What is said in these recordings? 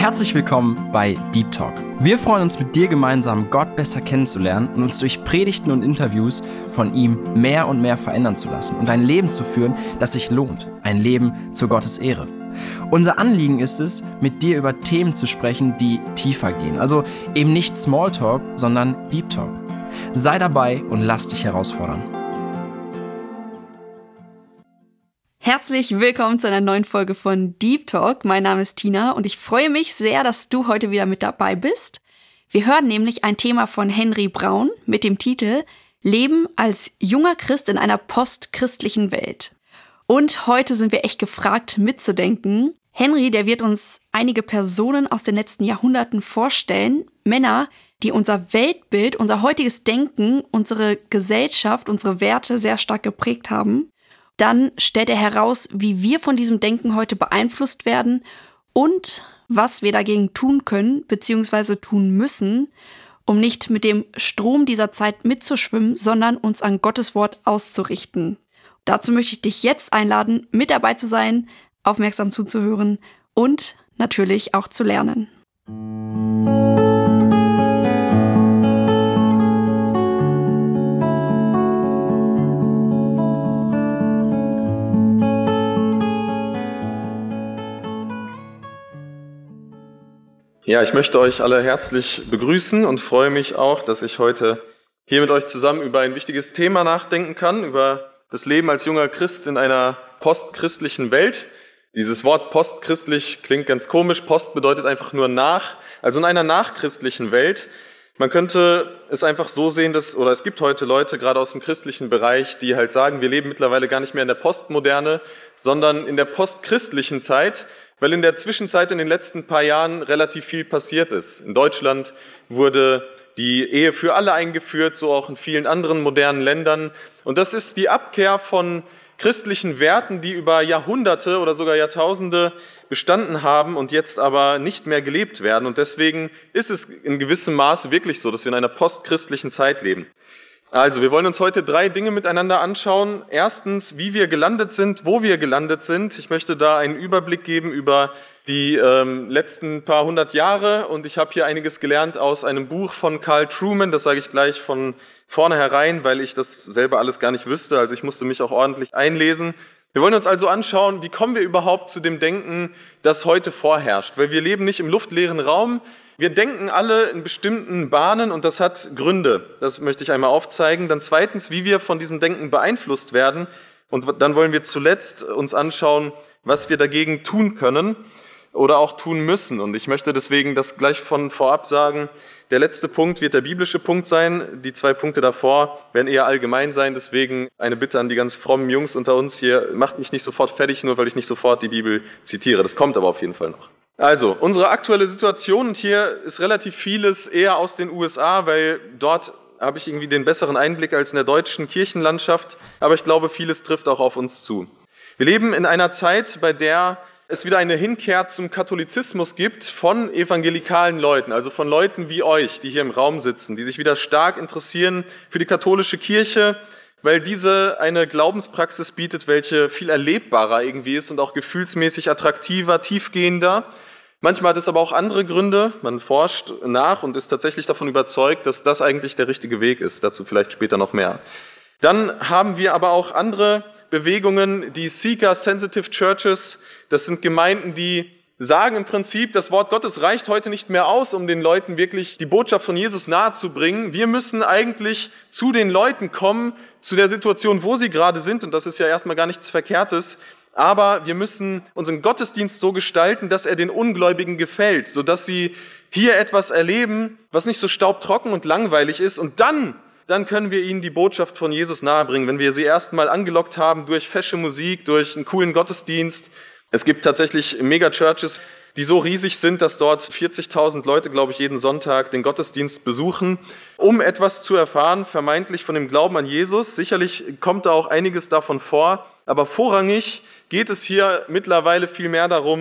Herzlich willkommen bei Deep Talk. Wir freuen uns, mit dir gemeinsam Gott besser kennenzulernen und uns durch Predigten und Interviews von ihm mehr und mehr verändern zu lassen und ein Leben zu führen, das sich lohnt. Ein Leben zur Gottes Ehre. Unser Anliegen ist es, mit dir über Themen zu sprechen, die tiefer gehen. Also eben nicht Smalltalk, sondern Deep Talk. Sei dabei und lass dich herausfordern. Herzlich willkommen zu einer neuen Folge von Deep Talk. Mein Name ist Tina und ich freue mich sehr, dass du heute wieder mit dabei bist. Wir hören nämlich ein Thema von Henry Browne mit dem Titel Leben als junger Christ in einer postchristlichen Welt. Und heute sind wir echt gefragt, mitzudenken. Henry, der wird uns einige Personen aus den letzten Jahrhunderten vorstellen, Männer, die unser Weltbild, unser heutiges Denken, unsere Gesellschaft, unsere Werte sehr stark geprägt haben. Dann stellt er heraus, wie wir von diesem Denken heute beeinflusst werden und was wir dagegen tun können bzw. tun müssen, um nicht mit dem Strom dieser Zeit mitzuschwimmen, sondern uns an Gottes Wort auszurichten. Dazu möchte ich dich jetzt einladen, mit dabei zu sein, aufmerksam zuzuhören und natürlich auch zu lernen. Ja, ich möchte euch alle herzlich begrüßen und freue mich auch, dass ich heute hier mit euch zusammen über ein wichtiges Thema nachdenken kann, über das Leben als junger Christ in einer postchristlichen Welt. Dieses Wort postchristlich klingt ganz komisch. Post bedeutet einfach nur nach, also in einer nachchristlichen Welt. Man könnte es einfach so sehen, es gibt heute Leute, gerade aus dem christlichen Bereich, die halt sagen, wir leben mittlerweile gar nicht mehr in der Postmoderne, sondern in der postchristlichen Zeit, weil in der Zwischenzeit in den letzten paar Jahren relativ viel passiert ist. In Deutschland wurde die Ehe für alle eingeführt, so auch in vielen anderen modernen Ländern. Und das ist die Abkehr von christlichen Werten, die über Jahrhunderte oder sogar Jahrtausende bestanden haben und jetzt aber nicht mehr gelebt werden. Und deswegen ist es in gewissem Maße wirklich so, dass wir in einer postchristlichen Zeit leben. Also, wir wollen uns heute 3 Dinge miteinander anschauen. Erstens, wie wir gelandet sind, wo wir gelandet sind. Ich möchte da einen Überblick geben über die letzten paar hundert Jahre. Und ich habe hier einiges gelernt aus einem Buch von Carl Trueman. Das sage ich gleich von vornherein, weil ich das selber alles gar nicht wüsste. Also ich musste mich auch ordentlich einlesen. Wir wollen uns also anschauen, wie kommen wir überhaupt zu dem Denken, das heute vorherrscht. Weil wir leben nicht im luftleeren Raum. Wir denken alle in bestimmten Bahnen und das hat Gründe. Das möchte ich einmal aufzeigen. Dann zweitens, wie wir von diesem Denken beeinflusst werden. Und dann wollen wir zuletzt uns anschauen, was wir dagegen tun können oder auch tun müssen. Und ich möchte deswegen das gleich von vorab sagen. Der letzte Punkt wird der biblische Punkt sein. Die 2 Punkte davor werden eher allgemein sein. Deswegen eine Bitte an die ganz frommen Jungs unter uns hier. Macht mich nicht sofort fertig, nur weil ich nicht sofort die Bibel zitiere. Das kommt aber auf jeden Fall noch. Also, unsere aktuelle Situation, und hier ist relativ vieles eher aus den USA, weil dort habe ich irgendwie den besseren Einblick als in der deutschen Kirchenlandschaft, aber ich glaube, vieles trifft auch auf uns zu. Wir leben in einer Zeit, bei der es wieder eine Hinkehr zum Katholizismus gibt von evangelikalen Leuten, also von Leuten wie euch, die hier im Raum sitzen, die sich wieder stark interessieren für die katholische Kirche, weil diese eine Glaubenspraxis bietet, welche viel erlebbarer irgendwie ist und auch gefühlsmäßig attraktiver, tiefgehender. Manchmal hat es aber auch andere Gründe. Man forscht nach und ist tatsächlich davon überzeugt, dass das eigentlich der richtige Weg ist. Dazu vielleicht später noch mehr. Dann haben wir aber auch andere Bewegungen, die Seeker-Sensitive Churches. Das sind Gemeinden, die sagen im Prinzip, das Wort Gottes reicht heute nicht mehr aus, um den Leuten wirklich die Botschaft von Jesus nahezubringen. Wir müssen eigentlich zu den Leuten kommen, zu der Situation, wo sie gerade sind. Und das ist ja erstmal gar nichts Verkehrtes. Aber wir müssen unseren Gottesdienst so gestalten, dass er den Ungläubigen gefällt, sodass sie hier etwas erleben, was nicht so staubtrocken und langweilig ist. Und dann können wir ihnen die Botschaft von Jesus nahebringen, wenn wir sie erstmal angelockt haben durch fesche Musik, durch einen coolen Gottesdienst. Es gibt tatsächlich Megachurches, die so riesig sind, dass dort 40.000 Leute, glaube ich, jeden Sonntag den Gottesdienst besuchen, um etwas zu erfahren, vermeintlich von dem Glauben an Jesus. Sicherlich kommt da auch einiges davon vor, aber vorrangig geht es hier mittlerweile viel mehr darum,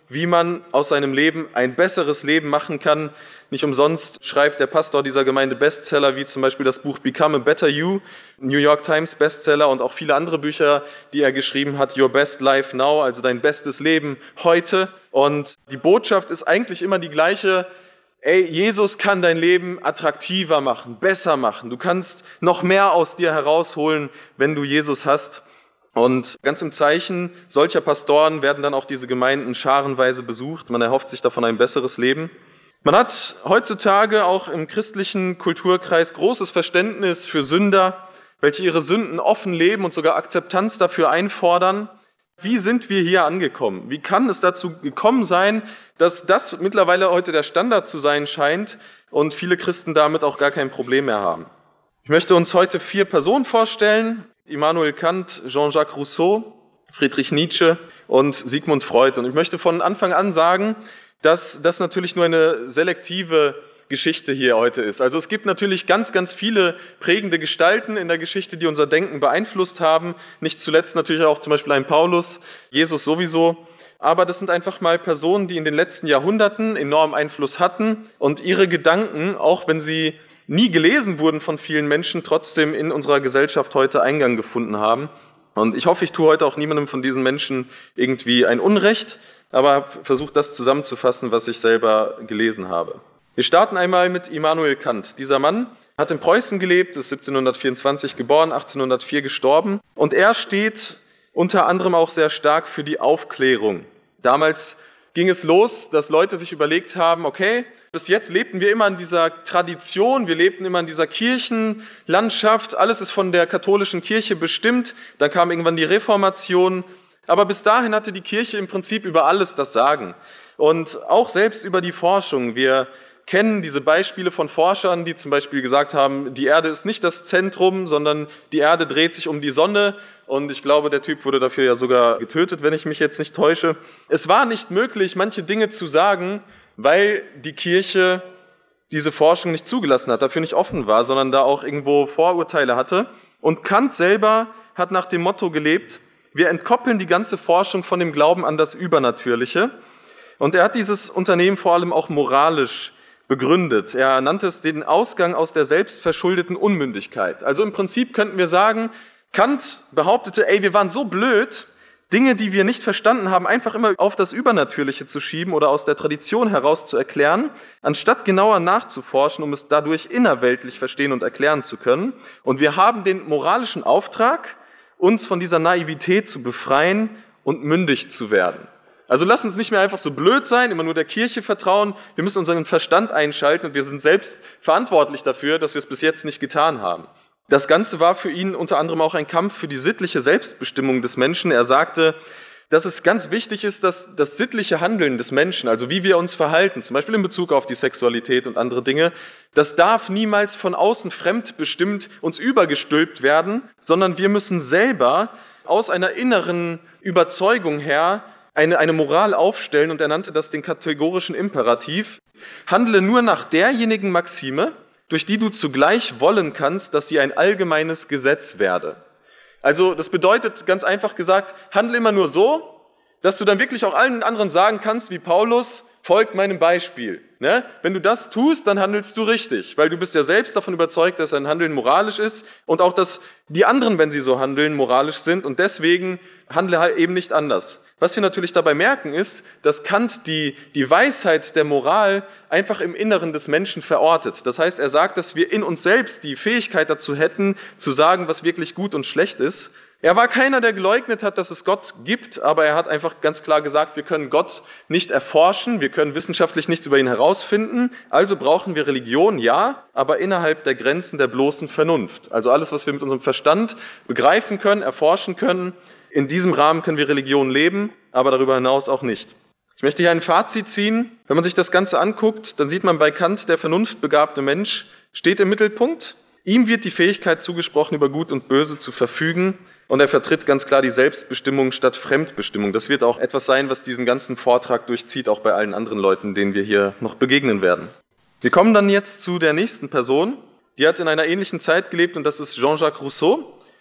wie man aus seinem Leben ein besseres Leben machen kann. Nicht umsonst schreibt der Pastor dieser Gemeinde Bestseller, wie zum Beispiel das Buch Become a Better You, New York Times Bestseller und auch viele andere Bücher, die er geschrieben hat, Your Best Life Now, also dein bestes Leben heute. Und die Botschaft ist eigentlich immer die gleiche: Ey, Jesus kann dein Leben attraktiver machen, besser machen. Du kannst noch mehr aus dir herausholen, wenn du Jesus hast. Und ganz im Zeichen solcher Pastoren werden dann auch diese Gemeinden scharenweise besucht. Man erhofft sich davon ein besseres Leben. Man hat heutzutage auch im christlichen Kulturkreis großes Verständnis für Sünder, welche ihre Sünden offen leben und sogar Akzeptanz dafür einfordern. Wie sind wir hier angekommen? Wie kann es dazu gekommen sein, dass das mittlerweile heute der Standard zu sein scheint und viele Christen damit auch gar kein Problem mehr haben? Ich möchte uns heute 4 Personen vorstellen: Immanuel Kant, Jean-Jacques Rousseau, Friedrich Nietzsche und Sigmund Freud. Und ich möchte von Anfang an sagen, dass das natürlich nur eine selektive Geschichte hier heute ist. Also es gibt natürlich ganz, ganz viele prägende Gestalten in der Geschichte, die unser Denken beeinflusst haben. Nicht zuletzt natürlich auch zum Beispiel ein Paulus, Jesus sowieso. Aber das sind einfach mal Personen, die in den letzten Jahrhunderten enormen Einfluss hatten und ihre Gedanken, auch wenn sie nie gelesen wurden von vielen Menschen, trotzdem in unserer Gesellschaft heute Eingang gefunden haben. Und ich hoffe, ich tue heute auch niemandem von diesen Menschen irgendwie ein Unrecht, aber versuche das zusammenzufassen, was ich selber gelesen habe. Wir starten einmal mit Immanuel Kant. Dieser Mann hat in Preußen gelebt, ist 1724 geboren, 1804 gestorben. Und er steht unter anderem auch sehr stark für die Aufklärung. Damals ging es los, dass Leute sich überlegt haben, okay, bis jetzt lebten wir immer in dieser Tradition, wir lebten immer in dieser Kirchenlandschaft, alles ist von der katholischen Kirche bestimmt, dann kam irgendwann die Reformation, aber bis dahin hatte die Kirche im Prinzip über alles das Sagen und auch selbst über die Forschung. Wir kennen diese Beispiele von Forschern, die zum Beispiel gesagt haben, die Erde ist nicht das Zentrum, sondern die Erde dreht sich um die Sonne. Und ich glaube, der Typ wurde dafür ja sogar getötet, wenn ich mich jetzt nicht täusche. Es war nicht möglich, manche Dinge zu sagen, weil die Kirche diese Forschung nicht zugelassen hat, dafür nicht offen war, sondern da auch irgendwo Vorurteile hatte. Und Kant selber hat nach dem Motto gelebt: Wir entkoppeln die ganze Forschung von dem Glauben an das Übernatürliche. Und er hat dieses Unternehmen vor allem auch moralisch begründet. Er nannte es den Ausgang aus der selbstverschuldeten Unmündigkeit. Also im Prinzip könnten wir sagen, Kant behauptete, wir waren so blöd, Dinge, die wir nicht verstanden haben, einfach immer auf das Übernatürliche zu schieben oder aus der Tradition heraus zu erklären, anstatt genauer nachzuforschen, um es dadurch innerweltlich verstehen und erklären zu können. Und wir haben den moralischen Auftrag, uns von dieser Naivität zu befreien und mündig zu werden. Also lass uns nicht mehr einfach so blöd sein, immer nur der Kirche vertrauen. Wir müssen unseren Verstand einschalten und wir sind selbst verantwortlich dafür, dass wir es bis jetzt nicht getan haben. Das Ganze war für ihn unter anderem auch ein Kampf für die sittliche Selbstbestimmung des Menschen. Er sagte, dass es ganz wichtig ist, dass das sittliche Handeln des Menschen, also wie wir uns verhalten, zum Beispiel in Bezug auf die Sexualität und andere Dinge, das darf niemals von außen fremdbestimmt uns übergestülpt werden, sondern wir müssen selber aus einer inneren Überzeugung her eine Moral aufstellen, und er nannte das den kategorischen Imperativ. Handle nur nach derjenigen Maxime, durch die du zugleich wollen kannst, dass sie ein allgemeines Gesetz werde. Also das bedeutet, ganz einfach gesagt, handle immer nur so, dass du dann wirklich auch allen anderen sagen kannst, wie Paulus, folgt meinem Beispiel. Ne? Wenn du das tust, dann handelst du richtig, weil du bist ja selbst davon überzeugt, dass dein Handeln moralisch ist und auch, dass die anderen, wenn sie so handeln, moralisch sind, und deswegen handle halt eben nicht anders. Was wir natürlich dabei merken ist, dass Kant die Weisheit der Moral einfach im Inneren des Menschen verortet. Das heißt, er sagt, dass wir in uns selbst die Fähigkeit dazu hätten, zu sagen, was wirklich gut und schlecht ist. Er war keiner, der geleugnet hat, dass es Gott gibt, aber er hat einfach ganz klar gesagt, wir können Gott nicht erforschen, wir können wissenschaftlich nichts über ihn herausfinden, also brauchen wir Religion, ja, aber innerhalb der Grenzen der bloßen Vernunft. Also alles, was wir mit unserem Verstand begreifen können, erforschen können, in diesem Rahmen können wir Religion leben, aber darüber hinaus auch nicht. Ich möchte hier ein Fazit ziehen. Wenn man sich das Ganze anguckt, dann sieht man bei Kant, der vernunftbegabte Mensch steht im Mittelpunkt. Ihm wird die Fähigkeit zugesprochen, über Gut und Böse zu verfügen, und er vertritt ganz klar die Selbstbestimmung statt Fremdbestimmung. Das wird auch etwas sein, was diesen ganzen Vortrag durchzieht, auch bei allen anderen Leuten, denen wir hier noch begegnen werden. Wir kommen dann jetzt zu der nächsten Person. Die hat in einer ähnlichen Zeit gelebt, und das ist Jean-Jacques Rousseau.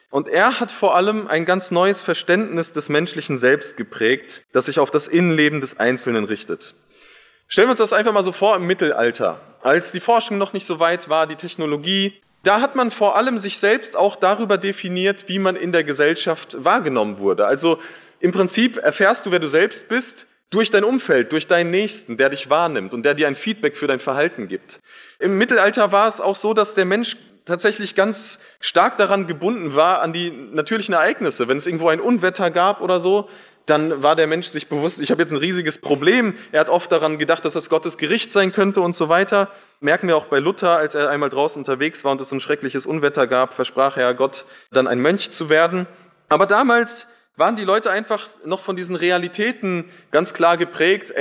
Und er hat vor allem ein ganz neues Verständnis des menschlichen Selbst geprägt, das sich auf das Innenleben des Einzelnen richtet. Stellen wir uns das einfach mal so vor im Mittelalter, als die Forschung noch nicht so weit war, die Technologie. Da hat man vor allem sich selbst auch darüber definiert, wie man in der Gesellschaft wahrgenommen wurde. Also im Prinzip erfährst du, wer du selbst bist, durch dein Umfeld, durch deinen Nächsten, der dich wahrnimmt und der dir ein Feedback für dein Verhalten gibt. Im Mittelalter war es auch so, dass der Mensch tatsächlich ganz stark daran gebunden war, an die natürlichen Ereignisse. Wenn es irgendwo ein Unwetter gab oder so, dann war der Mensch sich bewusst, ich habe jetzt ein riesiges Problem. Er hat oft daran gedacht, dass das Gottes Gericht sein könnte und so weiter. Merken wir auch bei Luther, als er einmal draußen unterwegs war und es ein schreckliches Unwetter gab, versprach er Gott, dann ein Mönch zu werden. Aber damals waren die Leute einfach noch von diesen Realitäten ganz klar geprägt.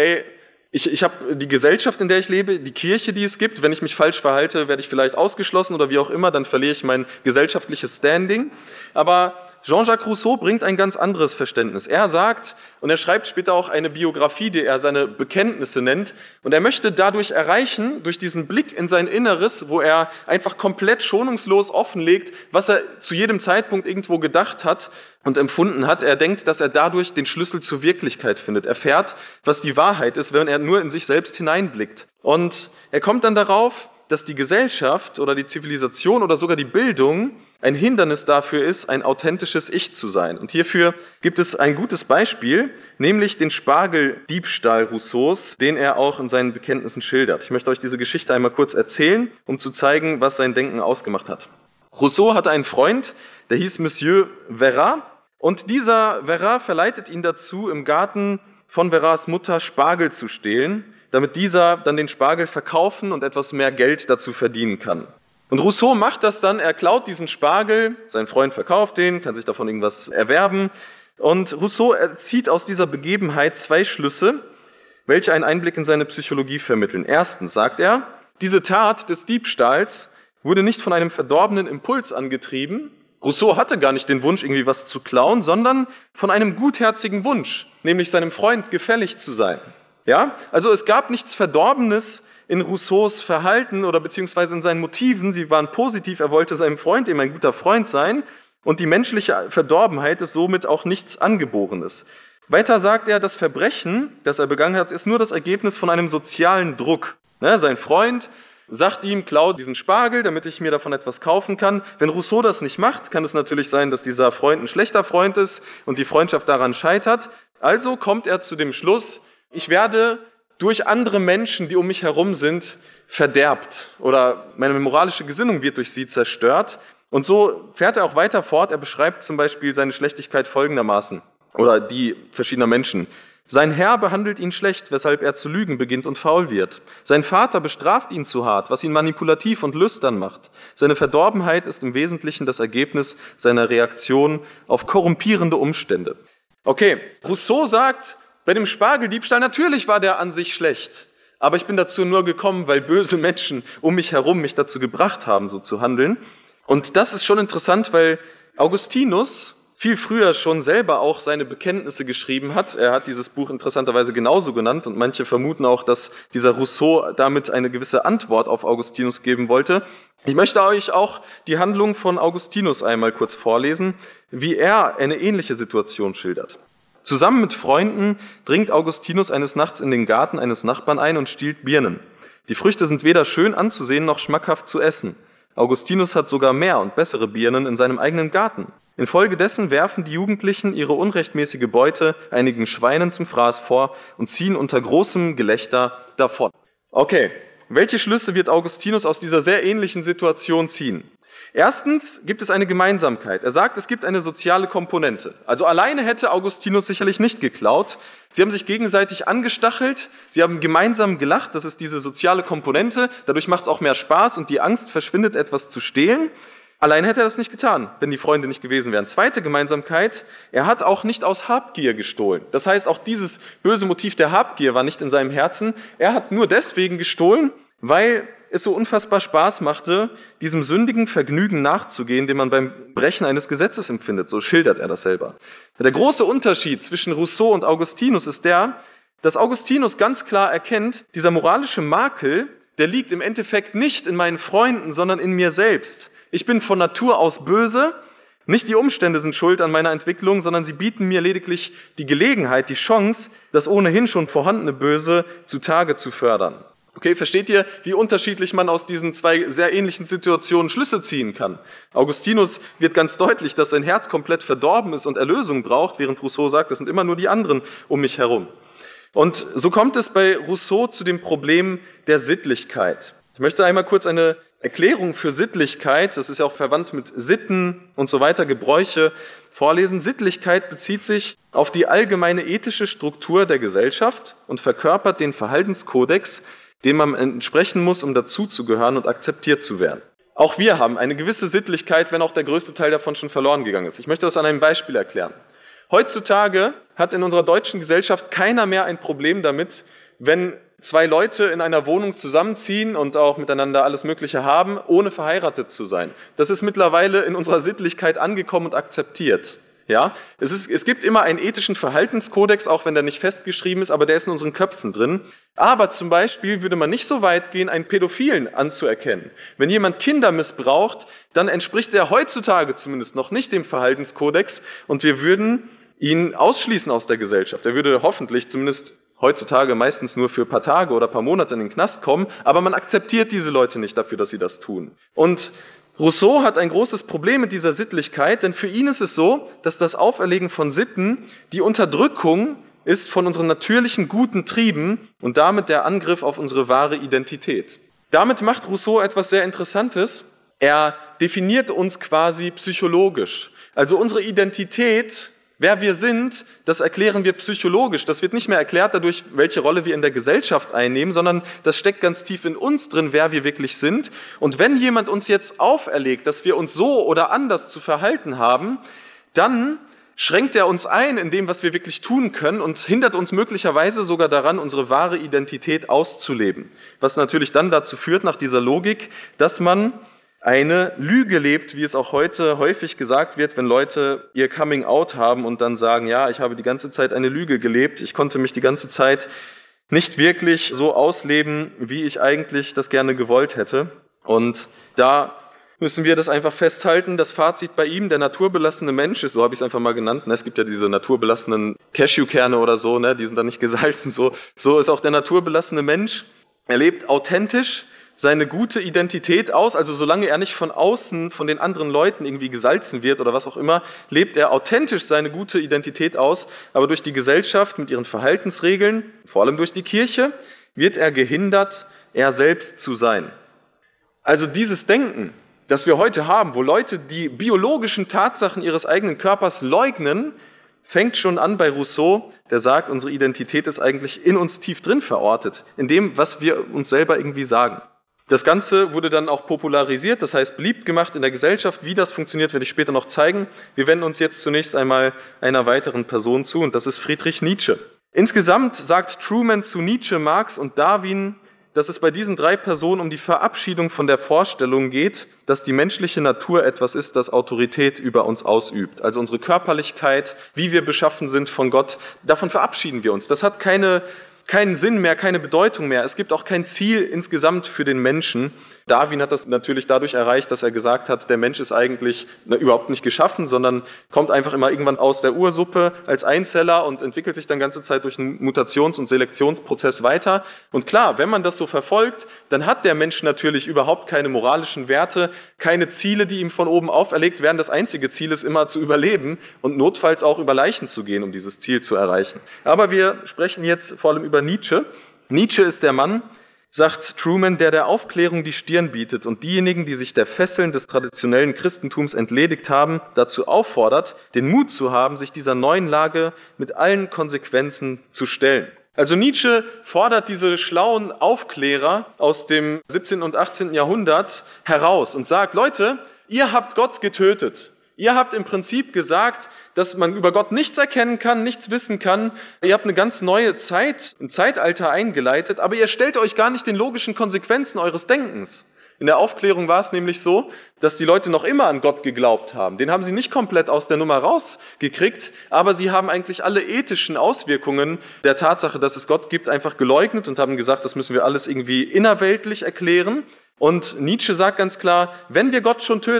Ich habe die Gesellschaft, in der ich lebe, die Kirche, die es gibt. Wenn ich mich falsch verhalte, werde ich vielleicht ausgeschlossen oder wie auch immer, dann verliere ich mein gesellschaftliches Standing. Aber Jean-Jacques Rousseau bringt ein ganz anderes Verständnis. Er sagt, und er schreibt später auch eine Biografie, die er seine Bekenntnisse nennt, und er möchte dadurch erreichen, durch diesen Blick in sein Inneres, wo er einfach komplett schonungslos offenlegt, was er zu jedem Zeitpunkt irgendwo gedacht hat und empfunden hat. Er denkt, dass er dadurch den Schlüssel zur Wirklichkeit findet, erfährt, was die Wahrheit ist, wenn er nur in sich selbst hineinblickt. Und er kommt dann darauf, dass die Gesellschaft oder die Zivilisation oder sogar die Bildung ein Hindernis dafür ist, ein authentisches Ich zu sein. Und hierfür gibt es ein gutes Beispiel, nämlich den Spargeldiebstahl Rousseaus, den er auch in seinen Bekenntnissen schildert. Ich möchte euch diese Geschichte einmal kurz erzählen, um zu zeigen, was sein Denken ausgemacht hat. Rousseau hatte einen Freund, der hieß Monsieur Verrat, und dieser Verrat verleitet ihn dazu, im Garten von Verrats Mutter Spargel zu stehlen, damit dieser dann den Spargel verkaufen und etwas mehr Geld dazu verdienen kann. Und Rousseau macht das dann, er klaut diesen Spargel, sein Freund verkauft den, kann sich davon irgendwas erwerben. Und Rousseau zieht aus dieser Begebenheit 2 Schlüsse, welche einen Einblick in seine Psychologie vermitteln. Erstens sagt er, diese Tat des Diebstahls wurde nicht von einem verdorbenen Impuls angetrieben. Rousseau hatte gar nicht den Wunsch, irgendwie was zu klauen, sondern von einem gutherzigen Wunsch, nämlich seinem Freund gefällig zu sein. Ja, also es gab nichts Verdorbenes in Rousseaus Verhalten oder beziehungsweise in seinen Motiven. Sie waren positiv, er wollte seinem Freund eben ein guter Freund sein und die menschliche Verdorbenheit ist somit auch nichts Angeborenes. Weiter sagt er, das Verbrechen, das er begangen hat, ist nur das Ergebnis von einem sozialen Druck. Sein Freund sagt ihm, klau diesen Spargel, damit ich mir davon etwas kaufen kann. Wenn Rousseau das nicht macht, kann es natürlich sein, dass dieser Freund ein schlechter Freund ist und die Freundschaft daran scheitert. Also kommt er zu dem Schluss, ich werde durch andere Menschen, die um mich herum sind, verderbt oder meine moralische Gesinnung wird durch sie zerstört. Und so fährt er auch weiter fort. Er beschreibt zum Beispiel seine Schlechtigkeit folgendermaßen oder die verschiedener Menschen. Sein Herr behandelt ihn schlecht, weshalb er zu lügen beginnt und faul wird. Sein Vater bestraft ihn zu hart, was ihn manipulativ und lüstern macht. Seine Verdorbenheit ist im Wesentlichen das Ergebnis seiner Reaktion auf korrumpierende Umstände. Okay, Rousseau sagt, bei dem Spargeldiebstahl, natürlich war der an sich schlecht, aber ich bin dazu nur gekommen, weil böse Menschen um mich herum mich dazu gebracht haben, so zu handeln. Und das ist schon interessant, weil Augustinus viel früher schon selber auch seine Bekenntnisse geschrieben hat. Er hat dieses Buch interessanterweise genauso genannt und manche vermuten auch, dass dieser Rousseau damit eine gewisse Antwort auf Augustinus geben wollte. Ich möchte euch auch die Handlung von Augustinus einmal kurz vorlesen, wie er eine ähnliche Situation schildert. Zusammen mit Freunden dringt Augustinus eines Nachts in den Garten eines Nachbarn ein und stiehlt Birnen. Die Früchte sind weder schön anzusehen noch schmackhaft zu essen. Augustinus hat sogar mehr und bessere Birnen in seinem eigenen Garten. Infolgedessen werfen die Jugendlichen ihre unrechtmäßige Beute einigen Schweinen zum Fraß vor und ziehen unter großem Gelächter davon. Okay, welche Schlüsse wird Augustinus aus dieser sehr ähnlichen Situation ziehen? Erstens gibt es eine Gemeinsamkeit. Er sagt, es gibt eine soziale Komponente. Also alleine hätte Augustinus sicherlich nicht geklaut. Sie haben sich gegenseitig angestachelt, sie haben gemeinsam gelacht, das ist diese soziale Komponente. Dadurch macht es auch mehr Spaß und die Angst verschwindet, etwas zu stehlen. Allein hätte er das nicht getan, wenn die Freunde nicht gewesen wären. Zweite Gemeinsamkeit, er hat auch nicht aus Habgier gestohlen. Das heißt, auch dieses böse Motiv der Habgier war nicht in seinem Herzen. Er hat nur deswegen gestohlen, weil es so unfassbar Spaß machte, diesem sündigen Vergnügen nachzugehen, den man beim Brechen eines Gesetzes empfindet. So schildert er das selber. Der große Unterschied zwischen Rousseau und Augustinus ist der, dass Augustinus ganz klar erkennt, dieser moralische Makel, der liegt im Endeffekt nicht in meinen Freunden, sondern in mir selbst. Ich bin von Natur aus böse Nicht die Umstände sind schuld an meiner Entwicklung, sondern sie bieten mir lediglich die Gelegenheit, die Chance, das ohnehin schon vorhandene Böse zutage zu fördern. Okay, versteht ihr, wie unterschiedlich man aus diesen zwei sehr ähnlichen Situationen Schlüsse ziehen kann? Augustinus wird ganz deutlich, dass sein Herz komplett verdorben ist und Erlösung braucht, während Rousseau sagt, das sind immer nur die anderen um mich herum. Und so kommt es bei Rousseau zu dem Problem der Sittlichkeit. Ich möchte einmal kurz eine Erklärung für Sittlichkeit, das ist ja auch verwandt mit Sitten und so weiter, Gebräuche, vorlesen. Sittlichkeit bezieht sich auf die allgemeine ethische Struktur der Gesellschaft und verkörpert den Verhaltenskodex, dem man entsprechen muss, um dazuzugehören und akzeptiert zu werden. Auch wir haben eine gewisse Sittlichkeit, wenn auch der größte Teil davon schon verloren gegangen ist. Ich möchte das an einem Beispiel erklären. Heutzutage hat in unserer deutschen Gesellschaft keiner mehr ein Problem damit, wenn zwei Leute in einer Wohnung zusammenziehen und auch miteinander alles Mögliche haben, ohne verheiratet zu sein. Das ist mittlerweile in unserer Sittlichkeit angekommen und akzeptiert. Ja, es gibt immer einen ethischen Verhaltenskodex, auch wenn der nicht festgeschrieben ist, aber der ist in unseren Köpfen drin. Aber zum Beispiel würde man nicht so weit gehen, einen Pädophilen anzuerkennen. Wenn jemand Kinder missbraucht, dann entspricht er heutzutage zumindest noch nicht dem Verhaltenskodex und wir würden ihn ausschließen aus der Gesellschaft. Er würde hoffentlich zumindest heutzutage meistens nur für ein paar Tage oder ein paar Monate in den Knast kommen, aber man akzeptiert diese Leute nicht dafür, dass sie das tun. Und Rousseau hat ein großes Problem mit dieser Sittlichkeit, denn für ihn ist es so, dass das Auferlegen von Sitten die Unterdrückung ist von unseren natürlichen guten Trieben und damit der Angriff auf unsere wahre Identität. Damit macht Rousseau etwas sehr Interessantes. Er definiert uns quasi psychologisch. Also unsere Identität, wer wir sind, das erklären wir psychologisch. Das wird nicht mehr erklärt dadurch, welche Rolle wir in der Gesellschaft einnehmen, sondern das steckt ganz tief in uns drin, wer wir wirklich sind. Und wenn jemand uns jetzt auferlegt, dass wir uns so oder anders zu verhalten haben, dann schränkt er uns ein in dem, was wir wirklich tun können und hindert uns möglicherweise sogar daran, unsere wahre Identität auszuleben. Was natürlich dann dazu führt, nach dieser Logik, dass man eine Lüge lebt, wie es auch heute häufig gesagt wird, wenn Leute ihr Coming Out haben und dann sagen, ja, ich habe die ganze Zeit eine Lüge gelebt, ich konnte mich die ganze Zeit nicht wirklich so ausleben, wie ich eigentlich das gerne gewollt hätte. Und da müssen wir das einfach festhalten, das Fazit bei ihm, der naturbelassene Mensch ist, so habe ich es einfach mal genannt, es gibt ja diese naturbelassenen Cashewkerne oder so, die sind dann nicht gesalzen, so ist auch der naturbelassene Mensch, er lebt authentisch, seine gute Identität aus, also solange er nicht von außen, von den anderen Leuten irgendwie gesalzen wird oder was auch immer, lebt er authentisch seine gute Identität aus, aber durch die Gesellschaft mit ihren Verhaltensregeln, vor allem durch die Kirche, wird er gehindert, er selbst zu sein. Also dieses Denken, das wir heute haben, wo Leute die biologischen Tatsachen ihres eigenen Körpers leugnen, fängt schon an bei Rousseau, der sagt, unsere Identität ist eigentlich in uns tief drin verortet, in dem, was wir uns selber irgendwie sagen. Das Ganze wurde dann auch popularisiert, das heißt beliebt gemacht in der Gesellschaft. Wie das funktioniert, werde ich später noch zeigen. Wir wenden uns jetzt zunächst einmal einer weiteren Person zu und das ist Friedrich Nietzsche. Insgesamt sagt Truman zu Nietzsche, Marx und Darwin, dass es bei diesen drei Personen um die Verabschiedung von der Vorstellung geht, dass die menschliche Natur etwas ist, das Autorität über uns ausübt. Also unsere Körperlichkeit, wie wir beschaffen sind von Gott, davon verabschieden wir uns. Das hat keinen Sinn mehr, keine Bedeutung mehr. Es gibt auch kein Ziel insgesamt für den Menschen. Darwin hat das natürlich dadurch erreicht, dass er gesagt hat, der Mensch ist eigentlich überhaupt nicht geschaffen, sondern kommt einfach immer irgendwann aus der Ursuppe als Einzeller und entwickelt sich dann ganze Zeit durch einen Mutations- und Selektionsprozess weiter. Und klar, wenn man das so verfolgt, dann hat der Mensch natürlich überhaupt keine moralischen Werte, keine Ziele, die ihm von oben auferlegt werden. Das einzige Ziel ist immer zu überleben und notfalls auch über Leichen zu gehen, um dieses Ziel zu erreichen. Aber wir sprechen jetzt vor allem über Nietzsche. Nietzsche ist der Mann, sagt Truman, der Aufklärung die Stirn bietet und diejenigen, die sich der Fesseln des traditionellen Christentums entledigt haben, dazu auffordert, den Mut zu haben, sich dieser neuen Lage mit allen Konsequenzen zu stellen. Also Nietzsche fordert diese schlauen Aufklärer aus dem 17. und 18. Jahrhundert heraus und sagt, Leute, ihr habt Gott getötet. Ihr habt im Prinzip gesagt, dass man über Gott nichts erkennen kann, nichts wissen kann. Ihr habt eine ganz neue Zeit, ein Zeitalter eingeleitet, aber ihr stellt euch gar nicht den logischen Konsequenzen eures Denkens. In der Aufklärung war es nämlich so, dass die Leute noch immer an Gott geglaubt haben. Den haben sie nicht komplett aus der Nummer rausgekriegt, aber sie haben eigentlich alle ethischen Auswirkungen der Tatsache, dass es Gott gibt, einfach geleugnet und haben gesagt, das müssen wir alles irgendwie innerweltlich erklären. Und Nietzsche sagt ganz klar, wenn wir Gott schon töten,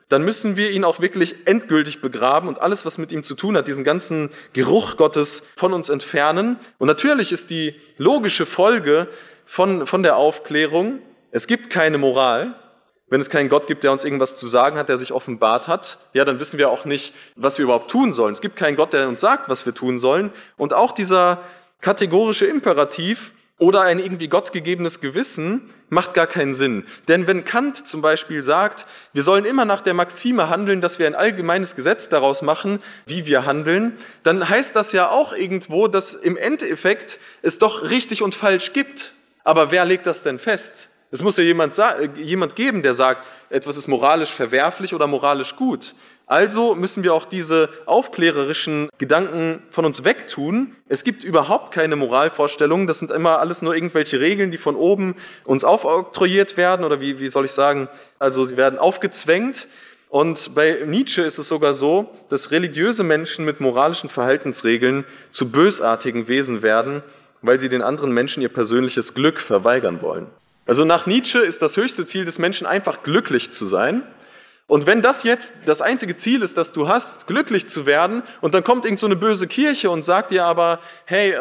dann müssen wir ihn auch wirklich endgültig begraben und alles, was mit ihm zu tun hat, diesen ganzen Geruch Gottes von uns entfernen. Und natürlich ist die logische Folge von der Aufklärung, es gibt keine Moral. Wenn es keinen Gott gibt, der uns irgendwas zu sagen hat, der sich offenbart hat, ja, dann wissen wir auch nicht, was wir überhaupt tun sollen. Es gibt keinen Gott, der uns sagt, was wir tun sollen. Und auch dieser kategorische Imperativ oder ein irgendwie gottgegebenes Gewissen macht gar keinen Sinn. Denn wenn Kant zum Beispiel sagt, wir sollen immer nach der Maxime handeln, dass wir ein allgemeines Gesetz daraus machen, wie wir handeln, dann heißt das ja auch irgendwo, dass im Endeffekt es doch richtig und falsch gibt. Aber wer legt das denn fest? Es muss ja jemand geben, der sagt, etwas ist moralisch verwerflich oder moralisch gut. Also müssen wir auch diese aufklärerischen Gedanken von uns wegtun. Es gibt überhaupt keine Moralvorstellungen. Das sind immer alles nur irgendwelche Regeln, die von oben uns aufoktroyiert werden oder wie soll ich sagen, also sie werden aufgezwängt. Und bei Nietzsche ist es sogar so, dass religiöse Menschen mit moralischen Verhaltensregeln zu bösartigen Wesen werden, weil sie den anderen Menschen ihr persönliches Glück verweigern wollen. Also nach Nietzsche ist das höchste Ziel des Menschen einfach glücklich zu sein. Und wenn das jetzt das einzige Ziel ist, das du hast, glücklich zu werden, und dann kommt irgend so eine böse Kirche und sagt dir aber, hey,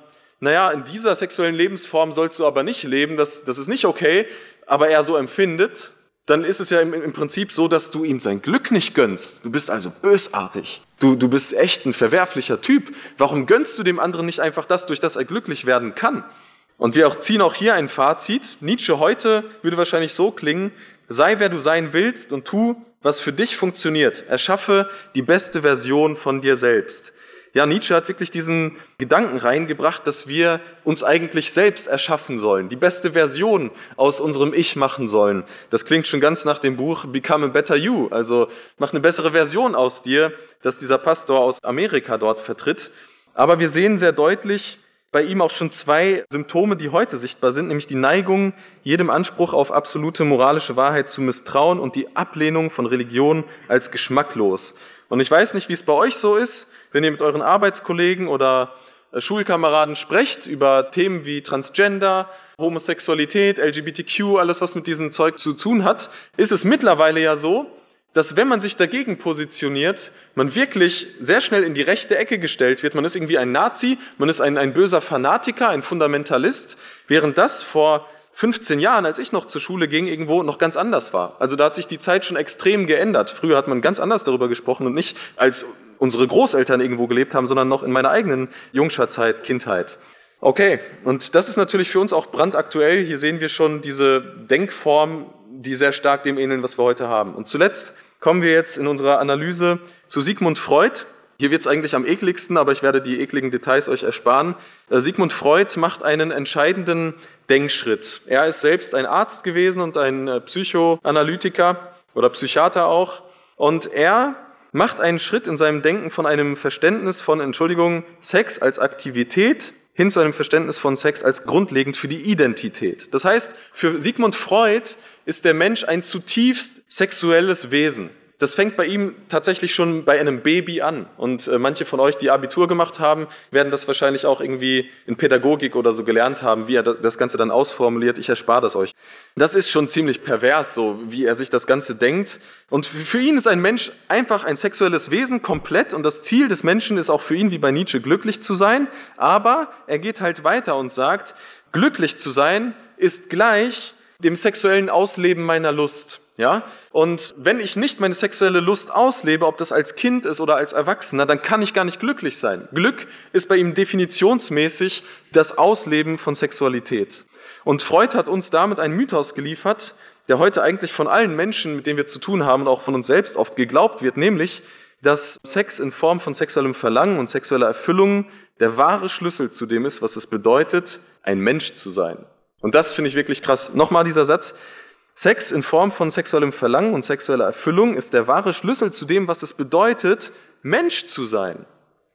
in dieser sexuellen Lebensform sollst du aber nicht leben, das ist nicht okay, aber er so empfindet, dann ist es ja im Prinzip so, dass du ihm sein Glück nicht gönnst. Du bist also bösartig. Du bist echt ein verwerflicher Typ. Warum gönnst du dem anderen nicht einfach das, durch das er glücklich werden kann? Und wir ziehen auch hier ein Fazit. Nietzsche heute würde wahrscheinlich so klingen: Sei, wer du sein willst und tu, was für dich funktioniert. Erschaffe die beste Version von dir selbst. Ja, Nietzsche hat wirklich diesen Gedanken reingebracht, dass wir uns eigentlich selbst erschaffen sollen, die beste Version aus unserem Ich machen sollen. Das klingt schon ganz nach dem Buch Become a Better You, also mach eine bessere Version aus dir, das dieser Pastor aus Amerika dort vertritt. Aber wir sehen sehr deutlich bei ihm auch schon zwei Symptome, die heute sichtbar sind, nämlich die Neigung, jedem Anspruch auf absolute moralische Wahrheit zu misstrauen und die Ablehnung von Religion als geschmacklos. Und ich weiß nicht, wie es bei euch so ist, wenn ihr mit euren Arbeitskollegen oder Schulkameraden sprecht über Themen wie Transgender, Homosexualität, LGBTQ, alles was mit diesem Zeug zu tun hat, ist es mittlerweile ja so, dass wenn man sich dagegen positioniert, man wirklich sehr schnell in die rechte Ecke gestellt wird. Man ist irgendwie ein Nazi, man ist ein böser Fanatiker, ein Fundamentalist, während das vor 15 Jahren, als ich noch zur Schule ging, irgendwo noch ganz anders war. Also da hat sich die Zeit schon extrem geändert. Früher hat man ganz anders darüber gesprochen und nicht als unsere Großeltern irgendwo gelebt haben, sondern noch in meiner eigenen Jungscherzeit, Kindheit. Okay, und das ist natürlich für uns auch brandaktuell. Hier sehen wir schon diese Denkform, die sehr stark dem ähneln, was wir heute haben. Und zuletzt kommen wir jetzt in unserer Analyse zu Sigmund Freud. Hier wird es eigentlich am ekligsten, aber ich werde die ekligen Details euch ersparen. Sigmund Freud macht einen entscheidenden Denkschritt. Er ist selbst ein Arzt gewesen und ein Psychoanalytiker oder Psychiater auch. Und er macht einen Schritt in seinem Denken von einem Verständnis von, Sex als Aktivität hin zu einem Verständnis von Sex als grundlegend für die Identität. Das heißt, für Sigmund Freud ist der Mensch ein zutiefst sexuelles Wesen. Das fängt bei ihm tatsächlich schon bei einem Baby an. Und manche von euch, die Abitur gemacht haben, werden das wahrscheinlich auch irgendwie in Pädagogik oder so gelernt haben, wie er das Ganze dann ausformuliert. Ich erspare das euch. Das ist schon ziemlich pervers, so wie er sich das Ganze denkt. Und für ihn ist ein Mensch einfach ein sexuelles Wesen komplett. Und das Ziel des Menschen ist auch für ihn, wie bei Nietzsche, glücklich zu sein. Aber er geht halt weiter und sagt, glücklich zu sein ist gleich dem sexuellen Ausleben meiner Lust. Ja? Und wenn ich nicht meine sexuelle Lust auslebe, ob das als Kind ist oder als Erwachsener, dann kann ich gar nicht glücklich sein. Glück ist bei ihm definitionsmäßig das Ausleben von Sexualität. Und Freud hat uns damit einen Mythos geliefert, der heute eigentlich von allen Menschen, mit denen wir zu tun haben und auch von uns selbst oft geglaubt wird, nämlich, dass Sex in Form von sexuellem Verlangen und sexueller Erfüllung der wahre Schlüssel zu dem ist, was es bedeutet, ein Mensch zu sein. Und das finde ich wirklich krass. Nochmal dieser Satz. Sex in Form von sexuellem Verlangen und sexueller Erfüllung ist der wahre Schlüssel zu dem, was es bedeutet, Mensch zu sein.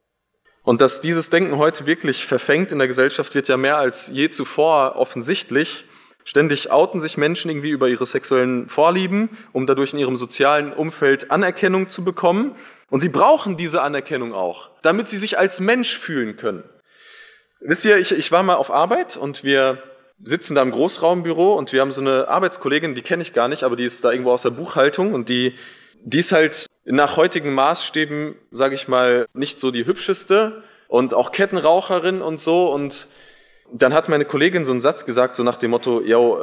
Und dass dieses Denken heute wirklich verfängt in der Gesellschaft, wird ja mehr als je zuvor offensichtlich. Ständig outen sich Menschen irgendwie über ihre sexuellen Vorlieben, um dadurch in ihrem sozialen Umfeld Anerkennung zu bekommen. Und sie brauchen diese Anerkennung auch, damit sie sich als Mensch fühlen können. Wisst ihr, ich war mal auf Arbeit und wir sitzen da im Großraumbüro und wir haben so eine Arbeitskollegin, die kenne ich gar nicht, aber die ist da irgendwo aus der Buchhaltung und die Die ist halt nach heutigen Maßstäben, sage ich mal, nicht so die hübscheste und auch Kettenraucherin und so. Und dann hat meine Kollegin so einen Satz gesagt, so nach dem Motto,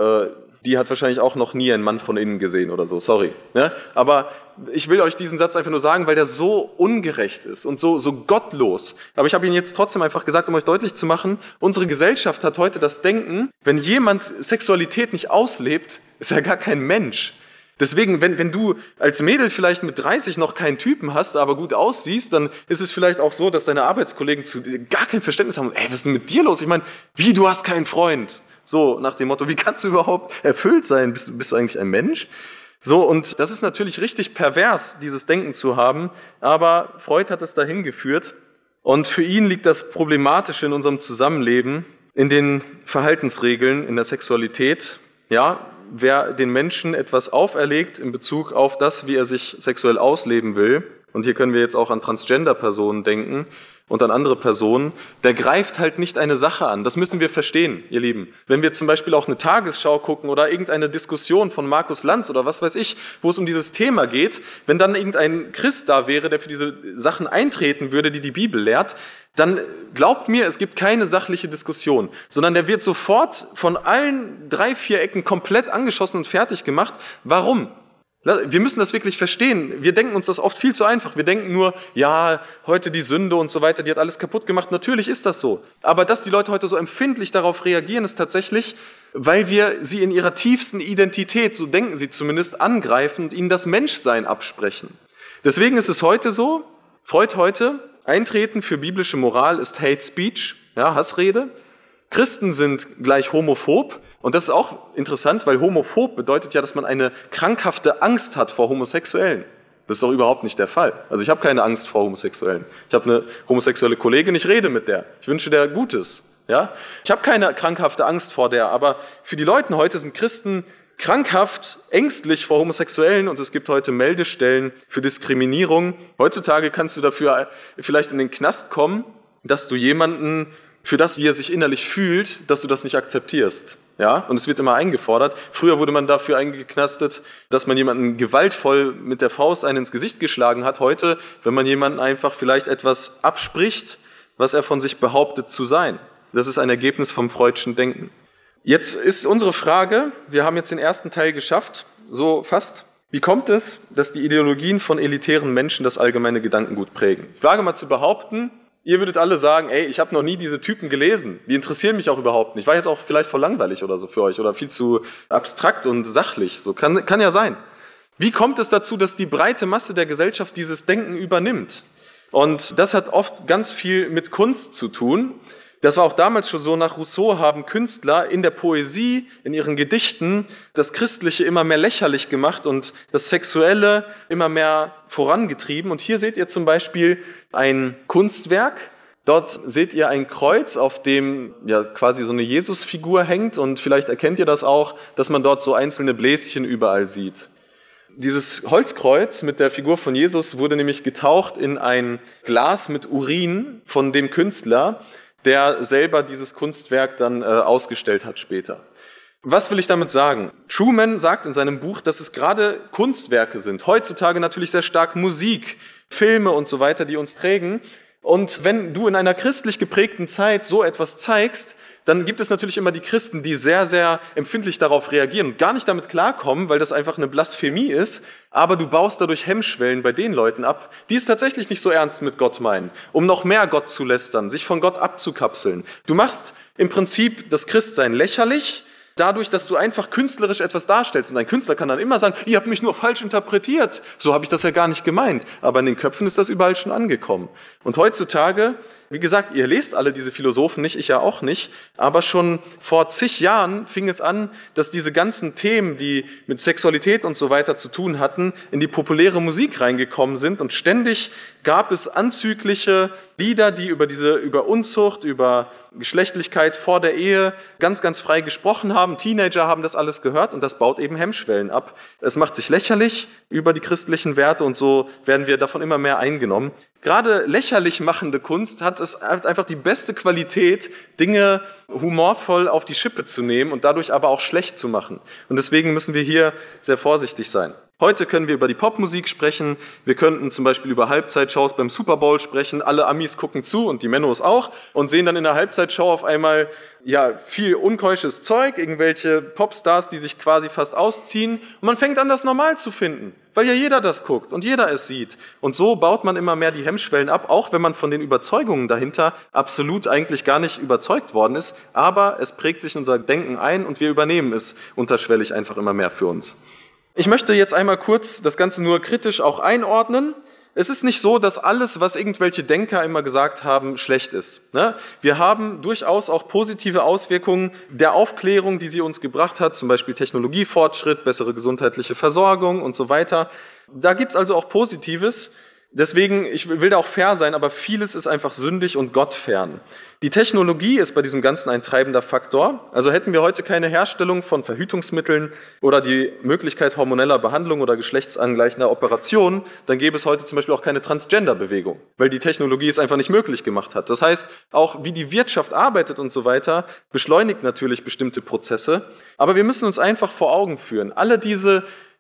die hat wahrscheinlich auch noch nie einen Mann von innen gesehen oder so, sorry. Ne? Aber ich will euch diesen Satz einfach nur sagen, weil der so ungerecht ist und so gottlos. Aber ich habe ihn jetzt trotzdem einfach gesagt, um euch deutlich zu machen, unsere Gesellschaft hat heute das Denken, wenn jemand Sexualität nicht auslebt, ist er gar kein Mensch. Deswegen, wenn du als Mädel vielleicht mit 30 noch keinen Typen hast, aber gut aussiehst, dann ist es vielleicht auch so, dass deine Arbeitskollegen zu dir gar kein Verständnis haben. Ey, was ist denn mit dir los? Ich meine, wie, du hast keinen Freund? So, nach dem Motto, wie kannst du überhaupt erfüllt sein? Bist du eigentlich ein Mensch? So, und das ist natürlich richtig pervers, dieses Denken zu haben, aber Freud hat es dahin geführt. Und für ihn liegt das Problematische in unserem Zusammenleben, in den Verhaltensregeln, in der Sexualität. Ja, wer den Menschen etwas auferlegt in Bezug auf das, wie er sich sexuell ausleben will, und hier können wir jetzt auch an Transgender-Personen denken und an andere Personen, der greift halt nicht eine Sache an. Das müssen wir verstehen, ihr Lieben. Wenn wir zum Beispiel auch eine Tagesschau gucken oder irgendeine Diskussion von Markus Lanz oder was weiß ich, wo es um dieses Thema geht, wenn dann irgendein Christ da wäre, der für diese Sachen eintreten würde, die die Bibel lehrt, dann glaubt mir, es gibt keine sachliche Diskussion, sondern der wird sofort von allen 3-4 Ecken komplett angeschossen und fertig gemacht. Warum? Wir müssen das wirklich verstehen. Wir denken uns das oft viel zu einfach. Wir denken nur, ja, heute die Sünde und so weiter, die hat alles kaputt gemacht. Natürlich ist das so. Aber dass die Leute heute so empfindlich darauf reagieren, ist tatsächlich, weil wir sie in ihrer tiefsten Identität, so denken sie zumindest, angreifen und ihnen das Menschsein absprechen. Deswegen ist es heute so, Freud heute, Eintreten für biblische Moral ist Hate Speech, ja, Hassrede. Christen sind gleich homophob. Und das ist auch interessant, weil homophob bedeutet ja, dass man eine krankhafte Angst hat vor Homosexuellen. Das ist doch überhaupt nicht der Fall. Also ich habe keine Angst vor Homosexuellen. Ich habe eine homosexuelle Kollegin, ich rede mit der. Ich wünsche der Gutes. Ja? Ich habe keine krankhafte Angst vor der. Aber für die Leute heute sind Christen krankhaft, ängstlich vor Homosexuellen und es gibt heute Meldestellen für Diskriminierung. Heutzutage kannst du dafür vielleicht in den Knast kommen, dass du jemanden für das, wie er sich innerlich fühlt, dass du das nicht akzeptierst. Ja, und es wird immer eingefordert. Früher wurde man dafür eingeknastet, dass man jemanden gewaltvoll mit der Faust einen ins Gesicht geschlagen hat. Heute, wenn man jemanden einfach vielleicht etwas abspricht, was er von sich behauptet zu sein. Das ist ein Ergebnis vom Freudschen Denken. Jetzt ist unsere Frage, wir haben jetzt den ersten Teil geschafft, so fast. Wie kommt es, dass die Ideologien von elitären Menschen das allgemeine Gedankengut prägen? Ich wage mal zu behaupten, ihr würdet alle sagen, ey, ich habe noch nie diese Typen gelesen. Die interessieren mich auch überhaupt nicht. War jetzt auch vielleicht voll langweilig oder so für euch oder viel zu abstrakt und sachlich. So kann ja sein. Wie kommt es dazu, dass die breite Masse der Gesellschaft dieses Denken übernimmt? Und das hat oft ganz viel mit Kunst zu tun. Das war auch damals schon so. Nach Rousseau haben Künstler in der Poesie, in ihren Gedichten das Christliche immer mehr lächerlich gemacht und das Sexuelle immer mehr vorangetrieben. Und hier seht ihr zum Beispiel ein Kunstwerk. Dort seht ihr ein Kreuz, auf dem ja quasi so eine Jesusfigur hängt. Und vielleicht erkennt ihr das auch, dass man dort so einzelne Bläschen überall sieht. Dieses Holzkreuz mit der Figur von Jesus wurde nämlich getaucht in ein Glas mit Urin von dem Künstler, der selber dieses Kunstwerk dann ausgestellt hat später. Was will ich damit sagen? Truman sagt in seinem Buch, dass es gerade Kunstwerke sind. Heutzutage natürlich sehr stark Musik, Filme und so weiter, die uns prägen. Und wenn du in einer christlich geprägten Zeit so etwas zeigst, dann gibt es natürlich immer die Christen, die sehr, sehr empfindlich darauf reagieren und gar nicht damit klarkommen, weil das einfach eine Blasphemie ist. Aber du baust dadurch Hemmschwellen bei den Leuten ab, die es tatsächlich nicht so ernst mit Gott meinen, um noch mehr Gott zu lästern, sich von Gott abzukapseln. Du machst im Prinzip das Christsein lächerlich, dadurch, dass du einfach künstlerisch etwas darstellst. Und ein Künstler kann dann immer sagen, ihr habt mich nur falsch interpretiert. So habe ich das ja gar nicht gemeint. Aber in den Köpfen ist das überall schon angekommen. Und heutzutage, wie gesagt, ihr lest alle diese Philosophen nicht, ich ja auch nicht, aber schon vor zig Jahren fing es an, dass diese ganzen Themen, die mit Sexualität und so weiter zu tun hatten, in die populäre Musik reingekommen sind und ständig gab es anzügliche Lieder, die über Unzucht, über Geschlechtlichkeit vor der Ehe ganz, ganz frei gesprochen haben. Teenager haben das alles gehört und das baut eben Hemmschwellen ab. Es macht sich lächerlich über die christlichen Werte und so werden wir davon immer mehr eingenommen. Gerade lächerlich machende Kunst hat einfach die beste Qualität, Dinge humorvoll auf die Schippe zu nehmen und dadurch aber auch schlecht zu machen. Und deswegen müssen wir hier sehr vorsichtig sein. Heute können wir über die Popmusik sprechen, wir könnten zum Beispiel über Halbzeitshows beim Super Bowl sprechen, alle Amis gucken zu und die Mennos auch und sehen dann in der Halbzeitshow auf einmal viel unkeusches Zeug, irgendwelche Popstars, die sich quasi fast ausziehen und man fängt an, das normal zu finden, weil ja jeder das guckt und jeder es sieht. Und so baut man immer mehr die Hemmschwellen ab, auch wenn man von den Überzeugungen dahinter absolut eigentlich gar nicht überzeugt worden ist, aber es prägt sich in unser Denken ein und wir übernehmen es unterschwellig einfach immer mehr für uns. Ich möchte jetzt einmal kurz das Ganze nur kritisch auch einordnen. Es ist nicht so, dass alles, was irgendwelche Denker immer gesagt haben, schlecht ist. Wir haben durchaus auch positive Auswirkungen der Aufklärung, die sie uns gebracht hat, zum Beispiel Technologiefortschritt, bessere gesundheitliche Versorgung und so weiter. Da gibt es also auch Positives. Deswegen, ich will da auch fair sein, aber vieles ist einfach sündig und gottfern. Die Technologie ist bei diesem Ganzen ein treibender Faktor. Also hätten wir heute keine Herstellung von Verhütungsmitteln oder die Möglichkeit hormoneller Behandlung oder geschlechtsangleichender Operationen, dann gäbe es heute zum Beispiel auch keine Transgender-Bewegung, weil die Technologie es einfach nicht möglich gemacht hat. Das heißt, auch wie die Wirtschaft arbeitet und so weiter, beschleunigt natürlich bestimmte Prozesse. Aber wir müssen uns einfach vor Augen führen, alle diese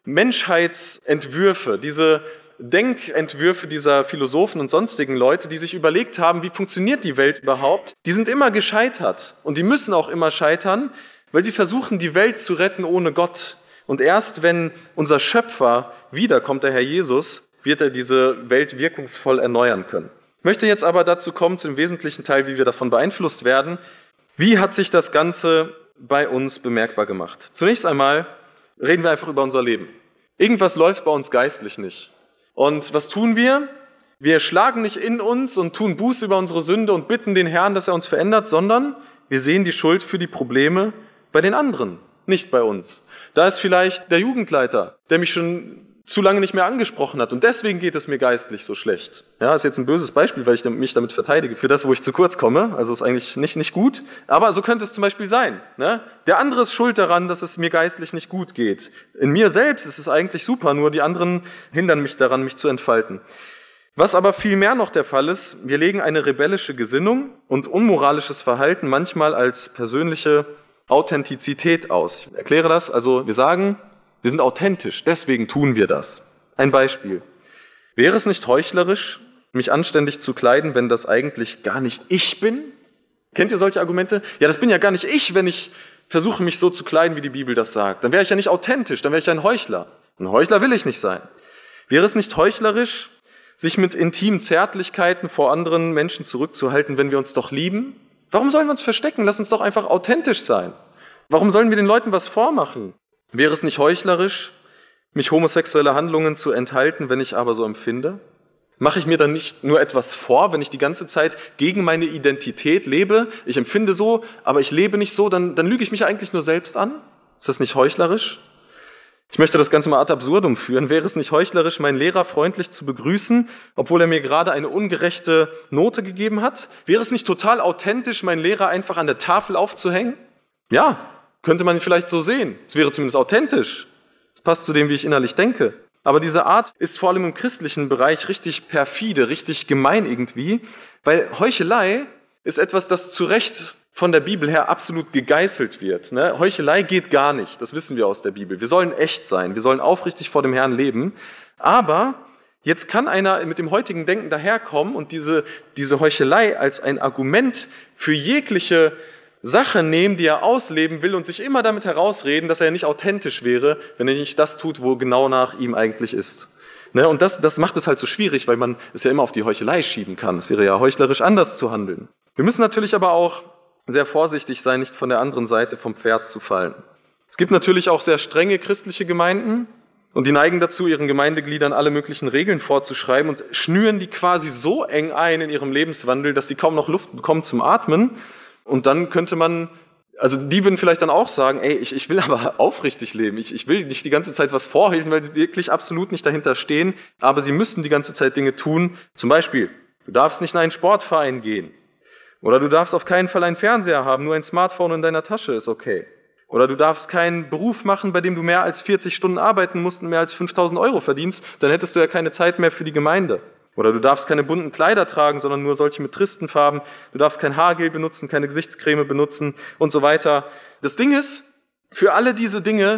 Menschheitsentwürfe, diese Denkentwürfe dieser Philosophen und sonstigen Leute, die sich überlegt haben, wie funktioniert die Welt überhaupt, die sind immer gescheitert und die müssen auch immer scheitern, weil sie versuchen, die Welt zu retten ohne Gott. Und erst wenn unser Schöpfer wiederkommt, der Herr Jesus, wird er diese Welt wirkungsvoll erneuern können. Ich möchte jetzt aber dazu kommen, zu dem wesentlichen Teil, wie wir davon beeinflusst werden. Wie hat sich das Ganze bei uns bemerkbar gemacht? Zunächst einmal reden wir einfach über unser Leben. Irgendwas läuft bei uns geistlich nicht. Und was tun wir? Wir schlagen nicht in uns und tun Buße über unsere Sünde und bitten den Herrn, dass er uns verändert, sondern wir sehen die Schuld für die Probleme bei den anderen, nicht bei uns. Da ist vielleicht der Jugendleiter, der mich schon zu lange nicht mehr angesprochen hat und deswegen geht es mir geistlich so schlecht. Ja, ist jetzt ein böses Beispiel, weil ich mich damit verteidige für das, wo ich zu kurz komme. Also ist eigentlich nicht gut, aber so könnte es zum Beispiel sein. Ne? Der andere ist schuld daran, dass es mir geistlich nicht gut geht. In mir selbst ist es eigentlich super, nur die anderen hindern mich daran, mich zu entfalten. Was aber viel mehr noch der Fall ist, wir legen eine rebellische Gesinnung und unmoralisches Verhalten manchmal als persönliche Authentizität aus. Ich erkläre das, also wir sagen, wir sind authentisch, deswegen tun wir das. Ein Beispiel. Wäre es nicht heuchlerisch, mich anständig zu kleiden, wenn das eigentlich gar nicht ich bin? Kennt ihr solche Argumente? Ja, das bin ja gar nicht ich, wenn ich versuche, mich so zu kleiden, wie die Bibel das sagt. Dann wäre ich ja nicht authentisch, dann wäre ich ein Heuchler. Ein Heuchler will ich nicht sein. Wäre es nicht heuchlerisch, sich mit intimen Zärtlichkeiten vor anderen Menschen zurückzuhalten, wenn wir uns doch lieben? Warum sollen wir uns verstecken? Lass uns doch einfach authentisch sein. Warum sollen wir den Leuten was vormachen? Wäre es nicht heuchlerisch, mich homosexuelle Handlungen zu enthalten, wenn ich aber so empfinde? Mache ich mir dann nicht nur etwas vor, wenn ich die ganze Zeit gegen meine Identität lebe? Ich empfinde so, aber ich lebe nicht so, dann lüge ich mich eigentlich nur selbst an? Ist das nicht heuchlerisch? Ich möchte das Ganze mal ad absurdum führen. Wäre es nicht heuchlerisch, meinen Lehrer freundlich zu begrüßen, obwohl er mir gerade eine ungerechte Note gegeben hat? Wäre es nicht total authentisch, meinen Lehrer einfach an der Tafel aufzuhängen? Ja, könnte man vielleicht so sehen. Es wäre zumindest authentisch. Es passt zu dem, wie ich innerlich denke. Aber diese Art ist vor allem im christlichen Bereich richtig perfide, richtig gemein irgendwie, weil Heuchelei ist etwas, das zu Recht von der Bibel her absolut gegeißelt wird. Ne? Heuchelei geht gar nicht, das wissen wir aus der Bibel. Wir sollen echt sein, wir sollen aufrichtig vor dem Herrn leben. Aber jetzt kann einer mit dem heutigen Denken daherkommen und diese Heuchelei als ein Argument für jegliche Sache nehmen, die er ausleben will und sich immer damit herausreden, dass er nicht authentisch wäre, wenn er nicht das tut, wo genau nach ihm eigentlich ist. Ne? Und das macht es halt so schwierig, weil man es ja immer auf die Heuchelei schieben kann. Es wäre ja heuchlerisch, anders zu handeln. Wir müssen natürlich aber auch sehr vorsichtig sein, nicht von der anderen Seite vom Pferd zu fallen. Es gibt natürlich auch sehr strenge christliche Gemeinden und die neigen dazu, ihren Gemeindegliedern alle möglichen Regeln vorzuschreiben und schnüren die quasi so eng ein in ihrem Lebenswandel, dass sie kaum noch Luft bekommen zum Atmen. Und dann könnte man, also die würden vielleicht dann auch sagen, ey, ich will aber aufrichtig leben, ich will nicht die ganze Zeit was vorhalten, weil sie wirklich absolut nicht dahinter stehen, aber sie müssen die ganze Zeit Dinge tun. Zum Beispiel, du darfst nicht in einen Sportverein gehen oder du darfst auf keinen Fall einen Fernseher haben, nur ein Smartphone in deiner Tasche ist okay. Oder du darfst keinen Beruf machen, bei dem du mehr als 40 Stunden arbeiten musst und mehr als 5.000 Euro verdienst, dann hättest du ja keine Zeit mehr für die Gemeinde. Oder du darfst keine bunten Kleider tragen, sondern nur solche mit tristen Farben. Du darfst kein Haargel benutzen, keine Gesichtscreme benutzen und so weiter. Das Ding ist, für alle diese Dinge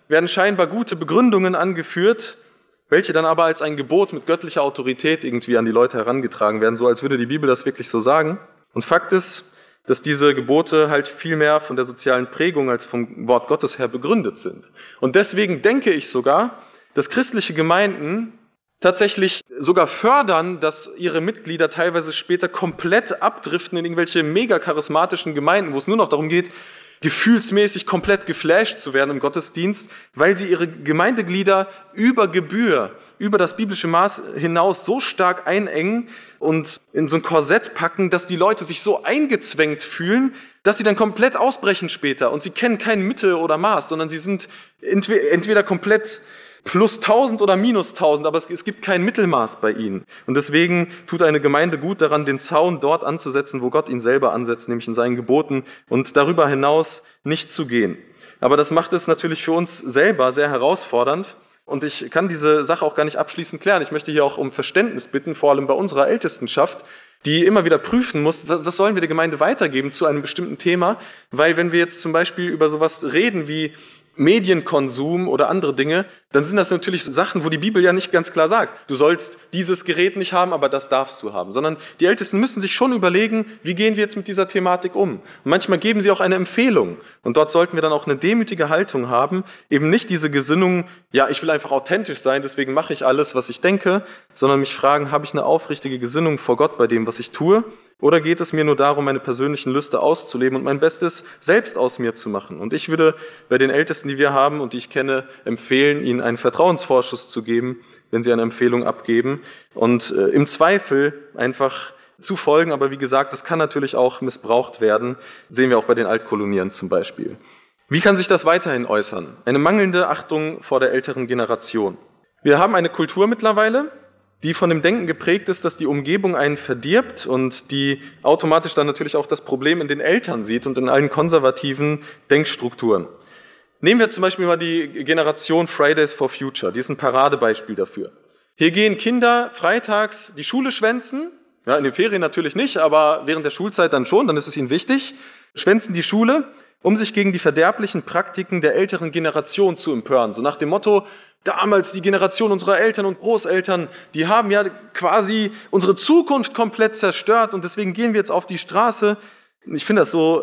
werden scheinbar gute Begründungen angeführt, welche dann aber als ein Gebot mit göttlicher Autorität irgendwie an die Leute herangetragen werden, so als würde die Bibel das wirklich so sagen. Und Fakt ist, dass diese Gebote halt viel mehr von der sozialen Prägung als vom Wort Gottes her begründet sind. Und deswegen denke ich sogar, dass christliche Gemeinden tatsächlich sogar fördern, dass ihre Mitglieder teilweise später komplett abdriften in irgendwelche mega charismatischen Gemeinden, wo es nur noch darum geht, gefühlsmäßig komplett geflasht zu werden im Gottesdienst, weil sie ihre Gemeindeglieder über Gebühr, über das biblische Maß hinaus so stark einengen und in so ein Korsett packen, dass die Leute sich so eingezwängt fühlen, dass sie dann komplett ausbrechen später und sie kennen kein Mitte oder Maß, sondern sie sind entweder komplett plus 1000 oder minus 1000, aber es gibt kein Mittelmaß bei ihnen. Und deswegen tut eine Gemeinde gut daran, den Zaun dort anzusetzen, wo Gott ihn selber ansetzt, nämlich in seinen Geboten und darüber hinaus nicht zu gehen. Aber das macht es natürlich für uns selber sehr herausfordernd und ich kann diese Sache auch gar nicht abschließend klären. Ich möchte hier auch um Verständnis bitten, vor allem bei unserer Ältestenschaft, die immer wieder prüfen muss, was sollen wir der Gemeinde weitergeben zu einem bestimmten Thema, weil wenn wir jetzt zum Beispiel über sowas reden wie Medienkonsum oder andere Dinge, dann sind das natürlich Sachen, wo die Bibel ja nicht ganz klar sagt, du sollst dieses Gerät nicht haben, aber das darfst du haben, sondern die Ältesten müssen sich schon überlegen, wie gehen wir jetzt mit dieser Thematik um. Und manchmal geben sie auch eine Empfehlung und dort sollten wir dann auch eine demütige Haltung haben, eben nicht diese Gesinnung, ja, ich will einfach authentisch sein, deswegen mache ich alles, was ich denke, sondern mich fragen, habe ich eine aufrichtige Gesinnung vor Gott bei dem, was ich tue? Oder geht es mir nur darum, meine persönlichen Lüste auszuleben und mein Bestes selbst aus mir zu machen? Und ich würde bei den Ältesten, die wir haben und die ich kenne, empfehlen, ihnen einen Vertrauensvorschuss zu geben, wenn sie eine Empfehlung abgeben. Und im Zweifel einfach zu folgen. Aber wie gesagt, das kann natürlich auch missbraucht werden. Sehen wir auch bei den Altkolonieren zum Beispiel. Wie kann sich das weiterhin äußern? Eine mangelnde Achtung vor der älteren Generation. Wir haben eine Kultur mittlerweile, die von dem Denken geprägt ist, dass die Umgebung einen verdirbt und die automatisch dann natürlich auch das Problem in den Eltern sieht und in allen konservativen Denkstrukturen. Nehmen wir zum Beispiel mal die Generation Fridays for Future, die ist ein Paradebeispiel dafür. Hier gehen Kinder freitags die Schule schwänzen, ja, in den Ferien natürlich nicht, aber während der Schulzeit dann schon, dann ist es ihnen wichtig, schwänzen die Schule, um sich gegen die verderblichen Praktiken der älteren Generation zu empören. So nach dem Motto, damals die Generation unserer Eltern und Großeltern, die haben ja quasi unsere Zukunft komplett zerstört und deswegen gehen wir jetzt auf die Straße. Ich finde das so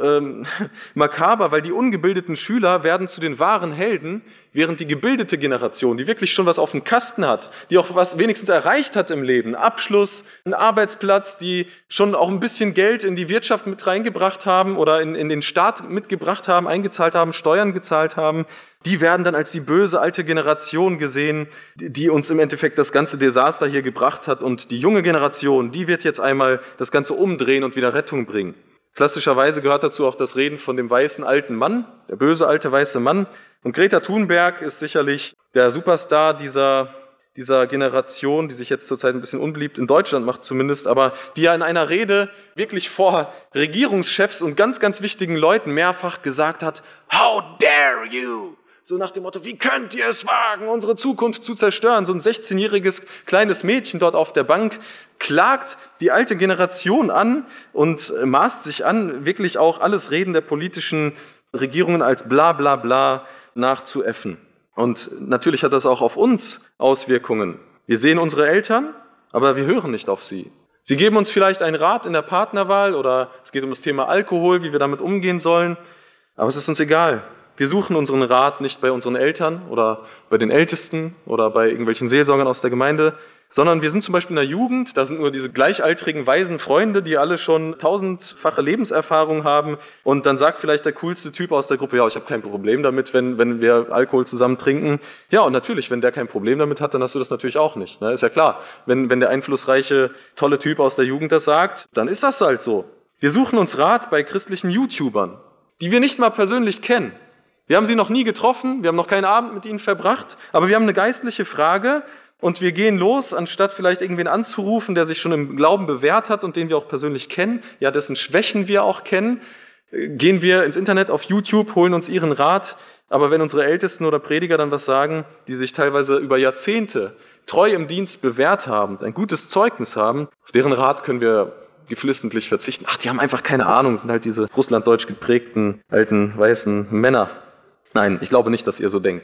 makaber, weil die ungebildeten Schüler werden zu den wahren Helden, während die gebildete Generation, die wirklich schon was auf dem Kasten hat, die auch was wenigstens erreicht hat im Leben, Abschluss, einen Arbeitsplatz, die schon auch ein bisschen Geld in die Wirtschaft mit reingebracht haben oder in den Staat mitgebracht haben, eingezahlt haben, Steuern gezahlt haben, die werden dann als die böse alte Generation gesehen, die uns im Endeffekt das ganze Desaster hier gebracht hat und die junge Generation, die wird jetzt einmal das Ganze umdrehen und wieder Rettung bringen. Klassischerweise gehört dazu auch das Reden von dem weißen alten Mann, der böse alte weiße Mann. Und Greta Thunberg ist sicherlich der Superstar dieser Generation, die sich jetzt zurzeit ein bisschen unbeliebt in Deutschland macht zumindest, aber die ja in einer Rede wirklich vor Regierungschefs und ganz, ganz wichtigen Leuten mehrfach gesagt hat, "How dare you?" So nach dem Motto, wie könnt ihr es wagen, unsere Zukunft zu zerstören? So ein 16-jähriges kleines Mädchen dort auf der Bank klagt die alte Generation an und maßt sich an, wirklich auch alles Reden der politischen Regierungen als bla bla bla nachzuäffen. Und natürlich hat das auch auf uns Auswirkungen. Wir sehen unsere Eltern, aber wir hören nicht auf sie. Sie geben uns vielleicht einen Rat in der Partnerwahl oder es geht um das Thema Alkohol, wie wir damit umgehen sollen, aber es ist uns egal. Wir suchen unseren Rat nicht bei unseren Eltern oder bei den Ältesten oder bei irgendwelchen Seelsorgern aus der Gemeinde, sondern wir sind zum Beispiel in der Jugend, da sind nur diese gleichaltrigen, weisen Freunde, die alle schon 1000-fache Lebenserfahrung haben und dann sagt vielleicht der coolste Typ aus der Gruppe, ja, ich habe kein Problem damit, wenn wir Alkohol zusammen trinken. Ja, und natürlich, wenn der kein Problem damit hat, dann hast du das natürlich auch nicht. Ne? Ist ja klar, wenn der einflussreiche, tolle Typ aus der Jugend das sagt, dann ist das halt so. Wir suchen uns Rat bei christlichen YouTubern, die wir nicht mal persönlich kennen. Wir haben sie noch nie getroffen, wir haben noch keinen Abend mit ihnen verbracht, aber wir haben eine geistliche Frage und wir gehen los, anstatt vielleicht irgendwen anzurufen, der sich schon im Glauben bewährt hat und den wir auch persönlich kennen, ja, dessen Schwächen wir auch kennen, gehen wir ins Internet auf YouTube, holen uns ihren Rat, aber wenn unsere Ältesten oder Prediger dann was sagen, die sich teilweise über Jahrzehnte treu im Dienst bewährt haben, ein gutes Zeugnis haben, auf deren Rat können wir geflissentlich verzichten. Ach, die haben einfach keine Ahnung, sind halt diese russlanddeutsch geprägten alten weißen Männer. Nein, ich glaube nicht, dass ihr so denkt.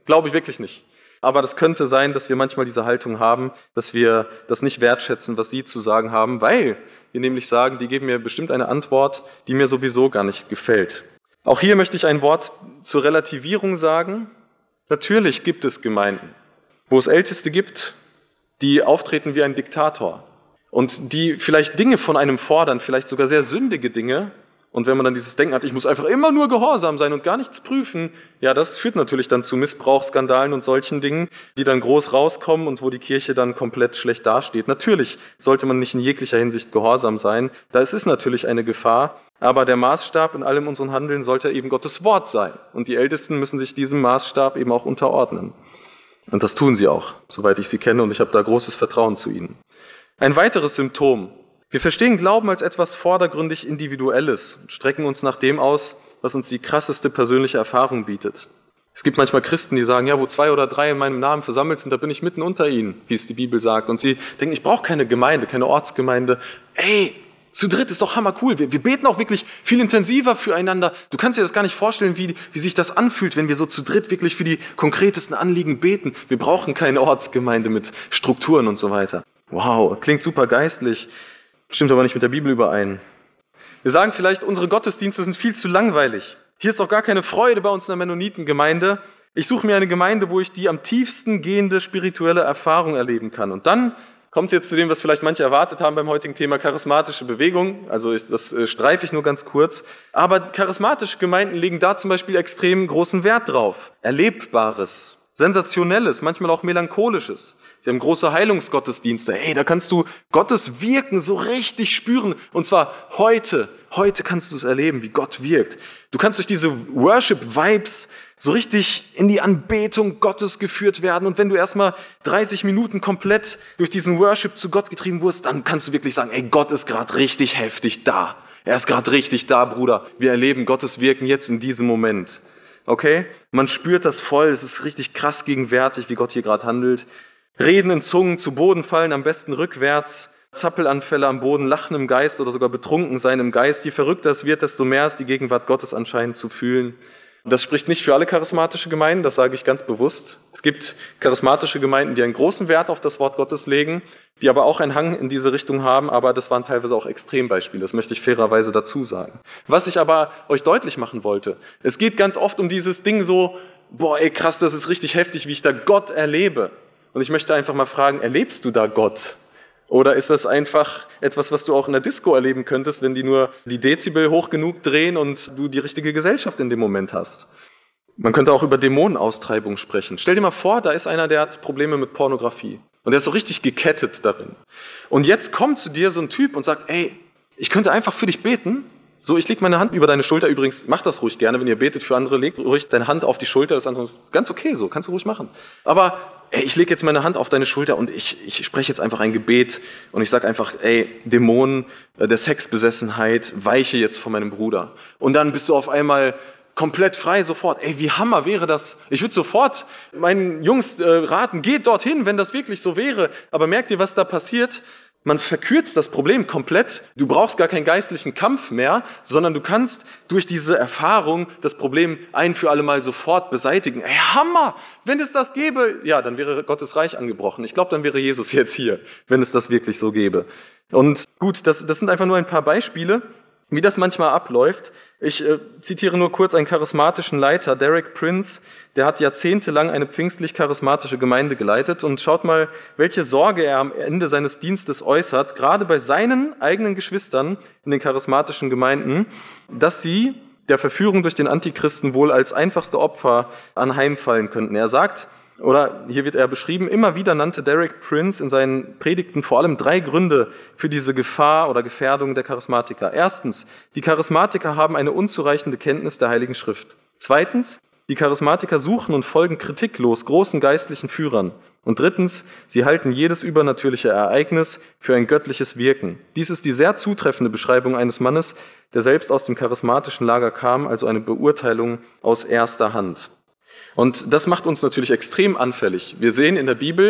Glaube ich wirklich nicht. Aber das könnte sein, dass wir manchmal diese Haltung haben, dass wir das nicht wertschätzen, was sie zu sagen haben, weil wir nämlich sagen, die geben mir bestimmt eine Antwort, die mir sowieso gar nicht gefällt. Auch hier möchte ich ein Wort zur Relativierung sagen. Natürlich gibt es Gemeinden, wo es Älteste gibt, die auftreten wie ein Diktator und die vielleicht Dinge von einem fordern, vielleicht sogar sehr sündige Dinge. Und wenn man dann dieses Denken hat, ich muss einfach immer nur gehorsam sein und gar nichts prüfen, ja, das führt natürlich dann zu Missbrauchsskandalen und solchen Dingen, die dann groß rauskommen und wo die Kirche dann komplett schlecht dasteht. Natürlich sollte man nicht in jeglicher Hinsicht gehorsam sein. Da ist es natürlich eine Gefahr. Aber der Maßstab in allem unseren Handeln sollte eben Gottes Wort sein. Und die Ältesten müssen sich diesem Maßstab eben auch unterordnen. Und das tun sie auch, soweit ich sie kenne, und ich habe da großes Vertrauen zu ihnen. Ein weiteres Symptom. Wir verstehen Glauben als etwas vordergründig Individuelles und strecken uns nach dem aus, was uns die krasseste persönliche Erfahrung bietet. Es gibt manchmal Christen, die sagen, ja, wo 2 oder 3 in meinem Namen versammelt sind, da bin ich mitten unter ihnen, wie es die Bibel sagt. Und sie denken, ich brauche keine Gemeinde, keine Ortsgemeinde. Ey, zu dritt ist doch hammercool. Wir beten auch wirklich viel intensiver füreinander. Du kannst dir das gar nicht vorstellen, wie sich das anfühlt, wenn wir so zu dritt wirklich für die konkretesten Anliegen beten. Wir brauchen keine Ortsgemeinde mit Strukturen und so weiter. Wow, klingt super geistlich. Stimmt aber nicht mit der Bibel überein. Wir sagen vielleicht, unsere Gottesdienste sind viel zu langweilig. Hier ist doch gar keine Freude bei uns in der Mennonitengemeinde. Ich suche mir eine Gemeinde, wo ich die am tiefsten gehende spirituelle Erfahrung erleben kann. Und dann kommt es jetzt zu dem, was vielleicht manche erwartet haben beim heutigen Thema charismatische Bewegung. Also das streife ich nur ganz kurz. Aber charismatische Gemeinden legen da zum Beispiel extrem großen Wert drauf. Erlebbares, Sensationelles, manchmal auch Melancholisches. Sie haben große Heilungsgottesdienste. Hey, da kannst du Gottes Wirken so richtig spüren. Und zwar heute. Heute kannst du es erleben, wie Gott wirkt. Du kannst durch diese Worship-Vibes so richtig in die Anbetung Gottes geführt werden. Und wenn du erstmal 30 Minuten komplett durch diesen Worship zu Gott getrieben wurdest, dann kannst du wirklich sagen, ey, Gott ist gerade richtig heftig da. Er ist gerade richtig da, Bruder. Wir erleben Gottes Wirken jetzt in diesem Moment. Okay? Man spürt das voll. Es ist richtig krass gegenwärtig, wie Gott hier gerade handelt. Reden in Zungen, zu Boden fallen, am besten rückwärts, Zappelanfälle am Boden, Lachen im Geist oder sogar betrunken sein im Geist. Je verrückter es wird, desto mehr ist die Gegenwart Gottes anscheinend zu fühlen. Das spricht nicht für alle charismatische Gemeinden, das sage ich ganz bewusst. Es gibt charismatische Gemeinden, die einen großen Wert auf das Wort Gottes legen, die aber auch einen Hang in diese Richtung haben, aber das waren teilweise auch Extrembeispiele, das möchte ich fairerweise dazu sagen. Was ich aber euch deutlich machen wollte, es geht ganz oft um dieses Ding so, boah ey krass, das ist richtig heftig, wie ich da Gott erlebe. Und ich möchte einfach mal fragen, erlebst du da Gott? Oder ist das einfach etwas, was du auch in der Disco erleben könntest, wenn die nur die Dezibel hoch genug drehen und du die richtige Gesellschaft in dem Moment hast? Man könnte auch über Dämonenaustreibung sprechen. Stell dir mal vor, da ist einer, der hat Probleme mit Pornografie. Und der ist so richtig gekettet darin. Und jetzt kommt zu dir so ein Typ und sagt, ey, ich könnte einfach für dich beten. So, ich lege meine Hand über deine Schulter. Übrigens, mach das ruhig gerne, wenn ihr betet für andere. Leg ruhig deine Hand auf die Schulter. Das andere ist ganz okay so, kannst du ruhig machen. Aber ey, ich lege jetzt meine Hand auf deine Schulter und ich spreche jetzt einfach ein Gebet und ich sage einfach, ey, Dämonen der Sexbesessenheit, weiche jetzt von meinem Bruder. Und dann bist du auf einmal komplett frei sofort. Ey, wie Hammer wäre das? Ich würde sofort meinen Jungs raten, geht dorthin, wenn das wirklich so wäre. Aber merkt ihr, was da passiert? Man verkürzt das Problem komplett. Du brauchst gar keinen geistlichen Kampf mehr, sondern du kannst durch diese Erfahrung das Problem ein für alle Mal sofort beseitigen. Ey, Hammer! Wenn es das gäbe, ja, dann wäre Gottes Reich angebrochen. Ich glaube, dann wäre Jesus jetzt hier, wenn es das wirklich so gäbe. Und gut, das sind einfach nur ein paar Beispiele, wie das manchmal abläuft. Ich zitiere nur kurz einen charismatischen Leiter, Derek Prince, der hat jahrzehntelang eine pfingstlich-charismatische Gemeinde geleitet und schaut mal, welche Sorge er am Ende seines Dienstes äußert, gerade bei seinen eigenen Geschwistern in den charismatischen Gemeinden, dass sie der Verführung durch den Antichristen wohl als einfachste Opfer anheimfallen könnten. Er sagt, oder hier wird er beschrieben, immer wieder nannte Derek Prince in seinen Predigten vor allem 3 Gründe für diese Gefahr oder Gefährdung der Charismatiker. Erstens, die Charismatiker haben eine unzureichende Kenntnis der Heiligen Schrift. Zweitens, die Charismatiker suchen und folgen kritiklos großen geistlichen Führern. Und drittens, sie halten jedes übernatürliche Ereignis für ein göttliches Wirken. Dies ist die sehr zutreffende Beschreibung eines Mannes, der selbst aus dem charismatischen Lager kam, also eine Beurteilung aus erster Hand. Und das macht uns natürlich extrem anfällig. Wir sehen in der Bibel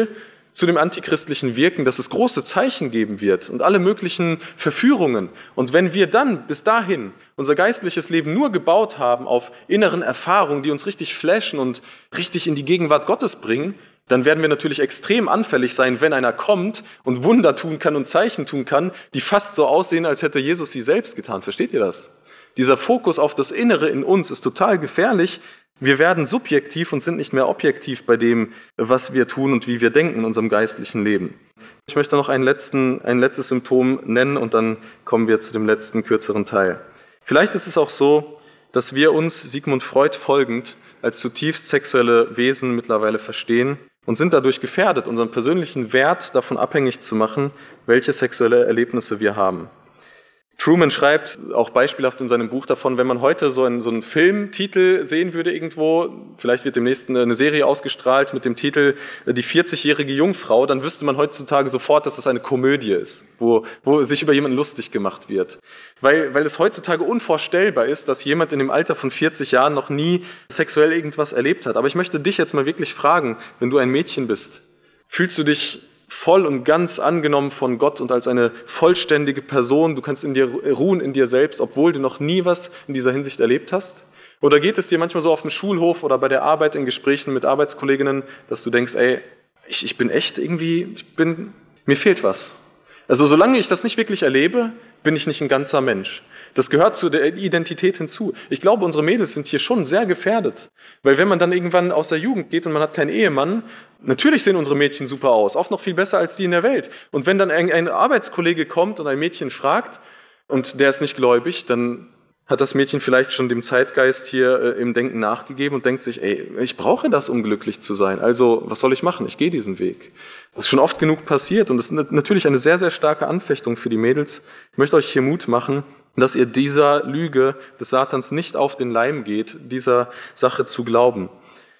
zu dem antichristlichen Wirken, dass es große Zeichen geben wird und alle möglichen Verführungen. Und wenn wir dann bis dahin unser geistliches Leben nur gebaut haben auf inneren Erfahrungen, die uns richtig flashen und richtig in die Gegenwart Gottes bringen, dann werden wir natürlich extrem anfällig sein, wenn einer kommt und Wunder tun kann und Zeichen tun kann, die fast so aussehen, als hätte Jesus sie selbst getan. Versteht ihr das? Dieser Fokus auf das Innere in uns ist total gefährlich. Wir werden subjektiv und sind nicht mehr objektiv bei dem, was wir tun und wie wir denken in unserem geistlichen Leben. Ich möchte noch ein letztes Symptom nennen und dann kommen wir zu dem letzten, kürzeren Teil. Vielleicht ist es auch so, dass wir uns Sigmund Freud folgend als zutiefst sexuelle Wesen mittlerweile verstehen und sind dadurch gefährdet, unseren persönlichen Wert davon abhängig zu machen, welche sexuelle Erlebnisse wir haben. Truman schreibt auch beispielhaft in seinem Buch davon, wenn man heute so einen Filmtitel sehen würde irgendwo, vielleicht wird demnächst eine Serie ausgestrahlt mit dem Titel Die 40-jährige Jungfrau, dann wüsste man heutzutage sofort, dass das eine Komödie ist, wo sich über jemanden lustig gemacht wird. Weil es heutzutage unvorstellbar ist, dass jemand in dem Alter von 40 Jahren noch nie sexuell irgendwas erlebt hat. Aber ich möchte dich jetzt mal wirklich fragen, wenn du ein Mädchen bist, fühlst du dich voll und ganz angenommen von Gott und als eine vollständige Person, du kannst in dir ruhen, in dir selbst, obwohl du noch nie was in dieser Hinsicht erlebt hast? Oder geht es dir manchmal so auf dem Schulhof oder bei der Arbeit in Gesprächen mit Arbeitskolleginnen, dass du denkst, ey, ich bin echt irgendwie, mir fehlt was. Also solange ich das nicht wirklich erlebe, bin ich nicht ein ganzer Mensch. Das gehört zu der Identität hinzu. Ich glaube, unsere Mädels sind hier schon sehr gefährdet. Weil wenn man dann irgendwann aus der Jugend geht und man hat keinen Ehemann, natürlich sehen unsere Mädchen super aus, oft noch viel besser als die in der Welt. Und wenn dann ein Arbeitskollege kommt und ein Mädchen fragt und der ist nicht gläubig, dann hat das Mädchen vielleicht schon dem Zeitgeist hier im Denken nachgegeben und denkt sich, ey, ich brauche das, um glücklich zu sein. Also, was soll ich machen? Ich gehe diesen Weg. Das ist schon oft genug passiert und das ist natürlich eine sehr, sehr starke Anfechtung für die Mädels. Ich möchte euch hier Mut machen, dass ihr dieser Lüge des Satans nicht auf den Leim geht, dieser Sache zu glauben.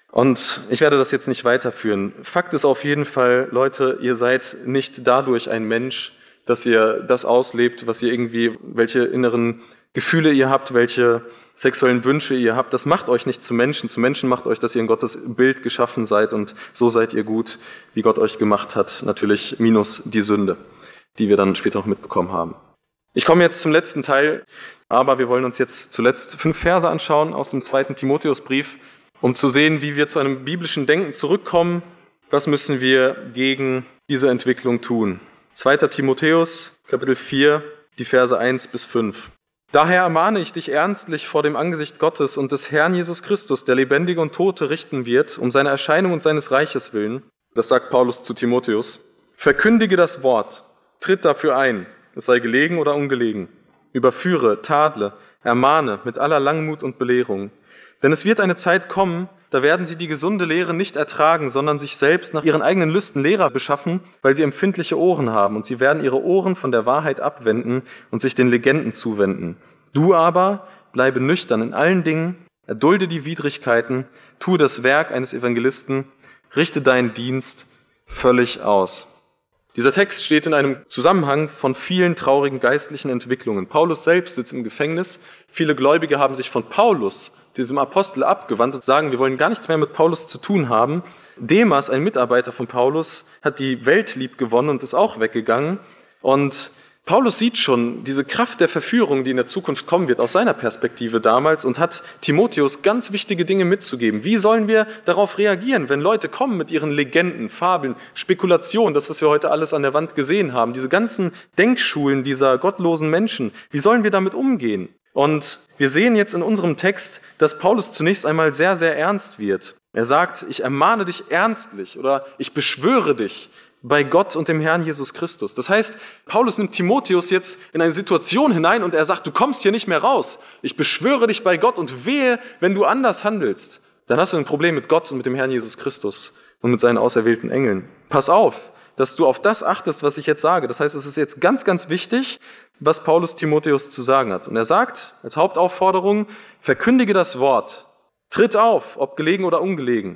Und ich werde das jetzt nicht weiterführen. Fakt ist auf jeden Fall, Leute, ihr seid nicht dadurch ein Mensch, dass ihr das auslebt, was ihr irgendwie, welche inneren Gefühle ihr habt, welche sexuellen Wünsche ihr habt. Das macht euch nicht zu Menschen. Zu Menschen macht euch, dass ihr in Gottes Bild geschaffen seid und so seid ihr gut, wie Gott euch gemacht hat. Natürlich minus die Sünde, die wir dann später noch mitbekommen haben. Ich komme jetzt zum letzten Teil, aber wir wollen uns jetzt zuletzt 5 Verse anschauen aus dem 2. Timotheusbrief, um zu sehen, wie wir zu einem biblischen Denken zurückkommen. Was müssen wir gegen diese Entwicklung tun? 2. Timotheus, Kapitel 4, die Verse 1 bis 5. Daher ermahne ich dich ernstlich vor dem Angesicht Gottes und des Herrn Jesus Christus, der Lebendige und Tote richten wird, um seine Erscheinung und seines Reiches willen. Das sagt Paulus zu Timotheus. Verkündige das Wort, tritt dafür ein, es sei gelegen oder ungelegen. Überführe, tadle, ermahne mit aller Langmut und Belehrung. Denn es wird eine Zeit kommen, da werden sie die gesunde Lehre nicht ertragen, sondern sich selbst nach ihren eigenen Lüsten Lehrer beschaffen, weil sie empfindliche Ohren haben. Und sie werden ihre Ohren von der Wahrheit abwenden und sich den Legenden zuwenden. Du aber bleibe nüchtern in allen Dingen, erdulde die Widrigkeiten, tue das Werk eines Evangelisten, richte deinen Dienst völlig aus. Dieser Text steht in einem Zusammenhang von vielen traurigen geistlichen Entwicklungen. Paulus selbst sitzt im Gefängnis. Viele Gläubige haben sich von Paulus, diesem Apostel, abgewandt und sagen, wir wollen gar nichts mehr mit Paulus zu tun haben. Demas, ein Mitarbeiter von Paulus, hat die Welt lieb gewonnen und ist auch weggegangen. Und Paulus sieht schon diese Kraft der Verführung, die in der Zukunft kommen wird, aus seiner Perspektive damals und hat Timotheus ganz wichtige Dinge mitzugeben. Wie sollen wir darauf reagieren, wenn Leute kommen mit ihren Legenden, Fabeln, Spekulationen, das, was wir heute alles an der Wand gesehen haben, diese ganzen Denkschulen dieser gottlosen Menschen, wie sollen wir damit umgehen? Und wir sehen jetzt in unserem Text, dass Paulus zunächst einmal sehr, sehr ernst wird. Er sagt, ich ermahne dich ernstlich oder ich beschwöre dich bei Gott und dem Herrn Jesus Christus. Das heißt, Paulus nimmt Timotheus jetzt in eine Situation hinein und er sagt, du kommst hier nicht mehr raus. Ich beschwöre dich bei Gott und wehe, wenn du anders handelst, dann hast du ein Problem mit Gott und mit dem Herrn Jesus Christus und mit seinen auserwählten Engeln. Pass auf, dass du auf das achtest, was ich jetzt sage. Das heißt, es ist jetzt ganz, ganz wichtig, was Paulus Timotheus zu sagen hat. Und er sagt als Hauptaufforderung, verkündige das Wort, tritt auf, ob gelegen oder ungelegen.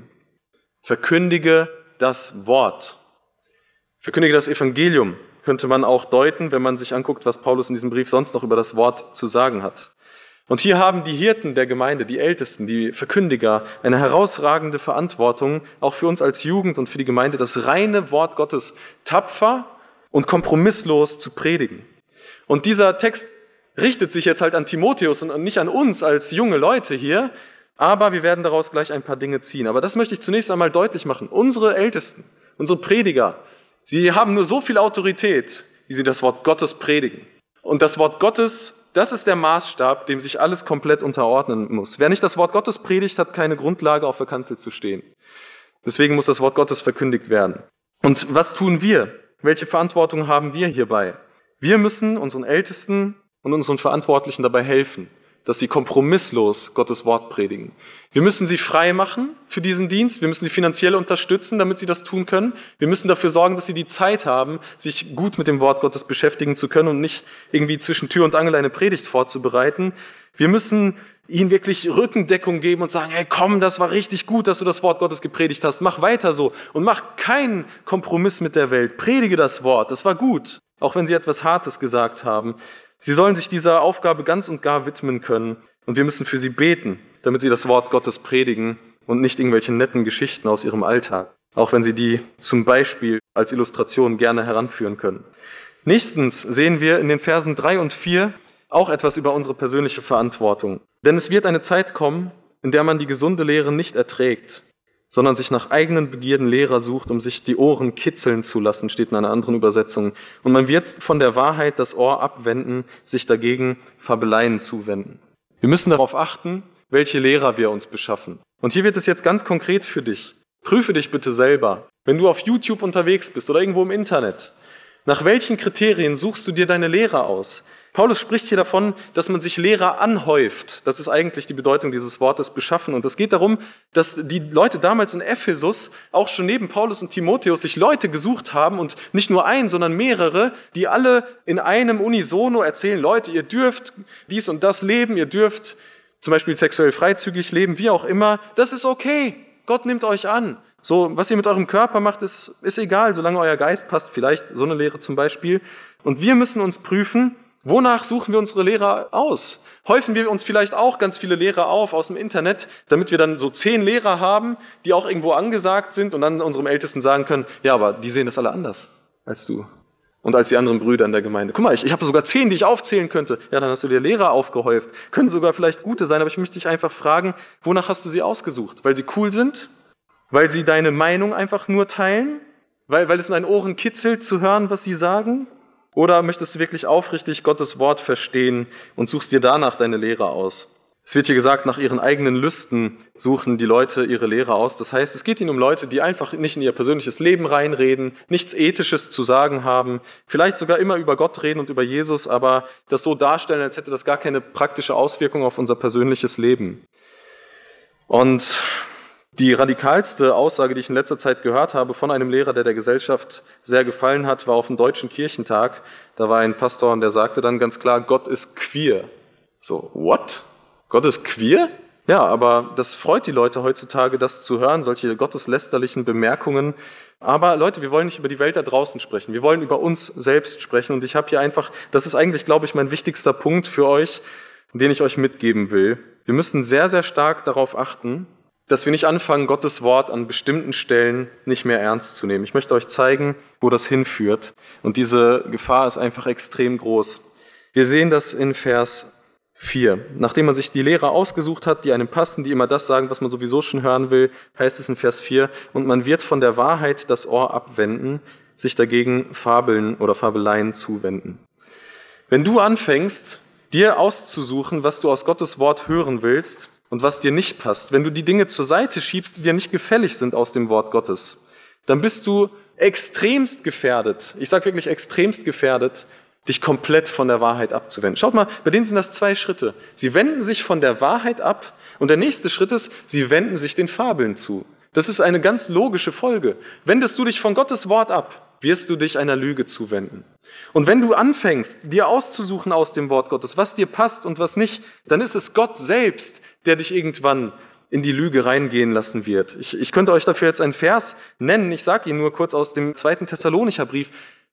Verkündige das Wort. Verkündige das Evangelium, könnte man auch deuten, wenn man sich anguckt, was Paulus in diesem Brief sonst noch über das Wort zu sagen hat. Und hier haben die Hirten der Gemeinde, die Ältesten, die Verkündiger, eine herausragende Verantwortung, auch für uns als Jugend und für die Gemeinde, das reine Wort Gottes tapfer und kompromisslos zu predigen. Und dieser Text richtet sich jetzt halt an Timotheus und nicht an uns als junge Leute hier, aber wir werden daraus gleich ein paar Dinge ziehen. Aber das möchte ich zunächst einmal deutlich machen. Unsere Ältesten, unsere Prediger, sie haben nur so viel Autorität, wie sie das Wort Gottes predigen. Und das Wort Gottes, das ist der Maßstab, dem sich alles komplett unterordnen muss. Wer nicht das Wort Gottes predigt, hat keine Grundlage, auf der Kanzel zu stehen. Deswegen muss das Wort Gottes verkündigt werden. Und was tun wir? Welche Verantwortung haben wir hierbei? Wir müssen unseren Ältesten und unseren Verantwortlichen dabei helfen, dass sie kompromisslos Gottes Wort predigen. Wir müssen sie frei machen für diesen Dienst. Wir müssen sie finanziell unterstützen, damit sie das tun können. Wir müssen dafür sorgen, dass sie die Zeit haben, sich gut mit dem Wort Gottes beschäftigen zu können und nicht irgendwie zwischen Tür und Angel eine Predigt vorzubereiten. Wir müssen ihnen wirklich Rückendeckung geben und sagen, hey komm, das war richtig gut, dass du das Wort Gottes gepredigt hast. Mach weiter so und mach keinen Kompromiss mit der Welt. Predige das Wort, das war gut, auch wenn sie etwas Hartes gesagt haben. Sie sollen sich dieser Aufgabe ganz und gar widmen können und wir müssen für sie beten, damit sie das Wort Gottes predigen und nicht irgendwelche netten Geschichten aus ihrem Alltag, auch wenn sie die zum Beispiel als Illustration gerne heranführen können. Nächstens sehen wir in den Versen 3 und 4 auch etwas über unsere persönliche Verantwortung. Denn es wird eine Zeit kommen, in der man die gesunde Lehre nicht erträgt, sondern sich nach eigenen Begierden Lehrer sucht, um sich die Ohren kitzeln zu lassen, steht in einer anderen Übersetzung. Und man wird von der Wahrheit das Ohr abwenden, sich dagegen Fabeleien zuwenden. Wir müssen darauf achten, welche Lehrer wir uns beschaffen. Und hier wird es jetzt ganz konkret für dich. Prüfe dich bitte selber, wenn du auf YouTube unterwegs bist oder irgendwo im Internet. Nach welchen Kriterien suchst du dir deine Lehrer aus? Paulus spricht hier davon, dass man sich Lehrer anhäuft. Das ist eigentlich die Bedeutung dieses Wortes beschaffen. Und es geht darum, dass die Leute damals in Ephesus auch schon neben Paulus und Timotheus sich Leute gesucht haben und nicht nur einen, sondern mehrere, die alle in einem Unisono erzählen, Leute, ihr dürft dies und das leben, ihr dürft zum Beispiel sexuell freizügig leben, wie auch immer. Das ist okay. Gott nimmt euch an. So, was ihr mit eurem Körper macht, ist egal, solange euer Geist passt. Vielleicht so eine Lehre zum Beispiel. Und wir müssen uns prüfen, wonach suchen wir unsere Lehrer aus? Häufen wir uns vielleicht auch ganz viele Lehrer auf aus dem Internet, damit wir dann so 10 Lehrer haben, die auch irgendwo angesagt sind und dann unserem Ältesten sagen können, ja, aber die sehen das alle anders als du und als die anderen Brüder in der Gemeinde. Guck mal, ich habe sogar 10, die ich aufzählen könnte. Ja, dann hast du dir Lehrer aufgehäuft. Können sogar vielleicht gute sein, aber ich möchte dich einfach fragen, wonach hast du sie ausgesucht? Weil sie cool sind? Weil sie deine Meinung einfach nur teilen? Weil es in deinen Ohren kitzelt zu hören, was sie sagen? Oder möchtest du wirklich aufrichtig Gottes Wort verstehen und suchst dir danach deine Lehre aus? Es wird hier gesagt, nach ihren eigenen Lüsten suchen die Leute ihre Lehre aus. Das heißt, es geht ihnen um Leute, die einfach nicht in ihr persönliches Leben reinreden, nichts Ethisches zu sagen haben, vielleicht sogar immer über Gott reden und über Jesus, aber das so darstellen, als hätte das gar keine praktische Auswirkung auf unser persönliches Leben. Und die radikalste Aussage, die ich in letzter Zeit gehört habe von einem Lehrer, der Gesellschaft sehr gefallen hat, war auf dem Deutschen Kirchentag. Da war ein Pastor und der sagte dann ganz klar, Gott ist queer. So, what? Gott ist queer? Ja, aber das freut die Leute heutzutage, das zu hören, solche gotteslästerlichen Bemerkungen. Aber Leute, wir wollen nicht über die Welt da draußen sprechen. Wir wollen über uns selbst sprechen. Und ich habe hier einfach, das ist eigentlich, glaube ich, mein wichtigster Punkt für euch, den ich euch mitgeben will. Wir müssen sehr, sehr stark darauf achten, dass wir nicht anfangen, Gottes Wort an bestimmten Stellen nicht mehr ernst zu nehmen. Ich möchte euch zeigen, wo das hinführt. Und diese Gefahr ist einfach extrem groß. Wir sehen das in Vers 4. Nachdem man sich die Lehrer ausgesucht hat, die einem passen, die immer das sagen, was man sowieso schon hören will, heißt es in Vers 4, und man wird von der Wahrheit das Ohr abwenden, sich dagegen Fabeln oder Fabeleien zuwenden. Wenn du anfängst, dir auszusuchen, was du aus Gottes Wort hören willst, und was dir nicht passt, wenn du die Dinge zur Seite schiebst, die dir nicht gefällig sind aus dem Wort Gottes, dann bist du extremst gefährdet, ich sage wirklich extremst gefährdet, dich komplett von der Wahrheit abzuwenden. Schaut mal, bei denen sind das 2 Schritte. Sie wenden sich von der Wahrheit ab und der nächste Schritt ist, sie wenden sich den Fabeln zu. Das ist eine ganz logische Folge. Wendest du dich von Gottes Wort ab, wirst du dich einer Lüge zuwenden. Und wenn du anfängst, dir auszusuchen aus dem Wort Gottes, was dir passt und was nicht, dann ist es Gott selbst, der dich irgendwann in die Lüge reingehen lassen wird. Ich könnte euch dafür jetzt einen Vers nennen, ich sage ihn nur kurz aus dem 2. Thessalonicher Brief.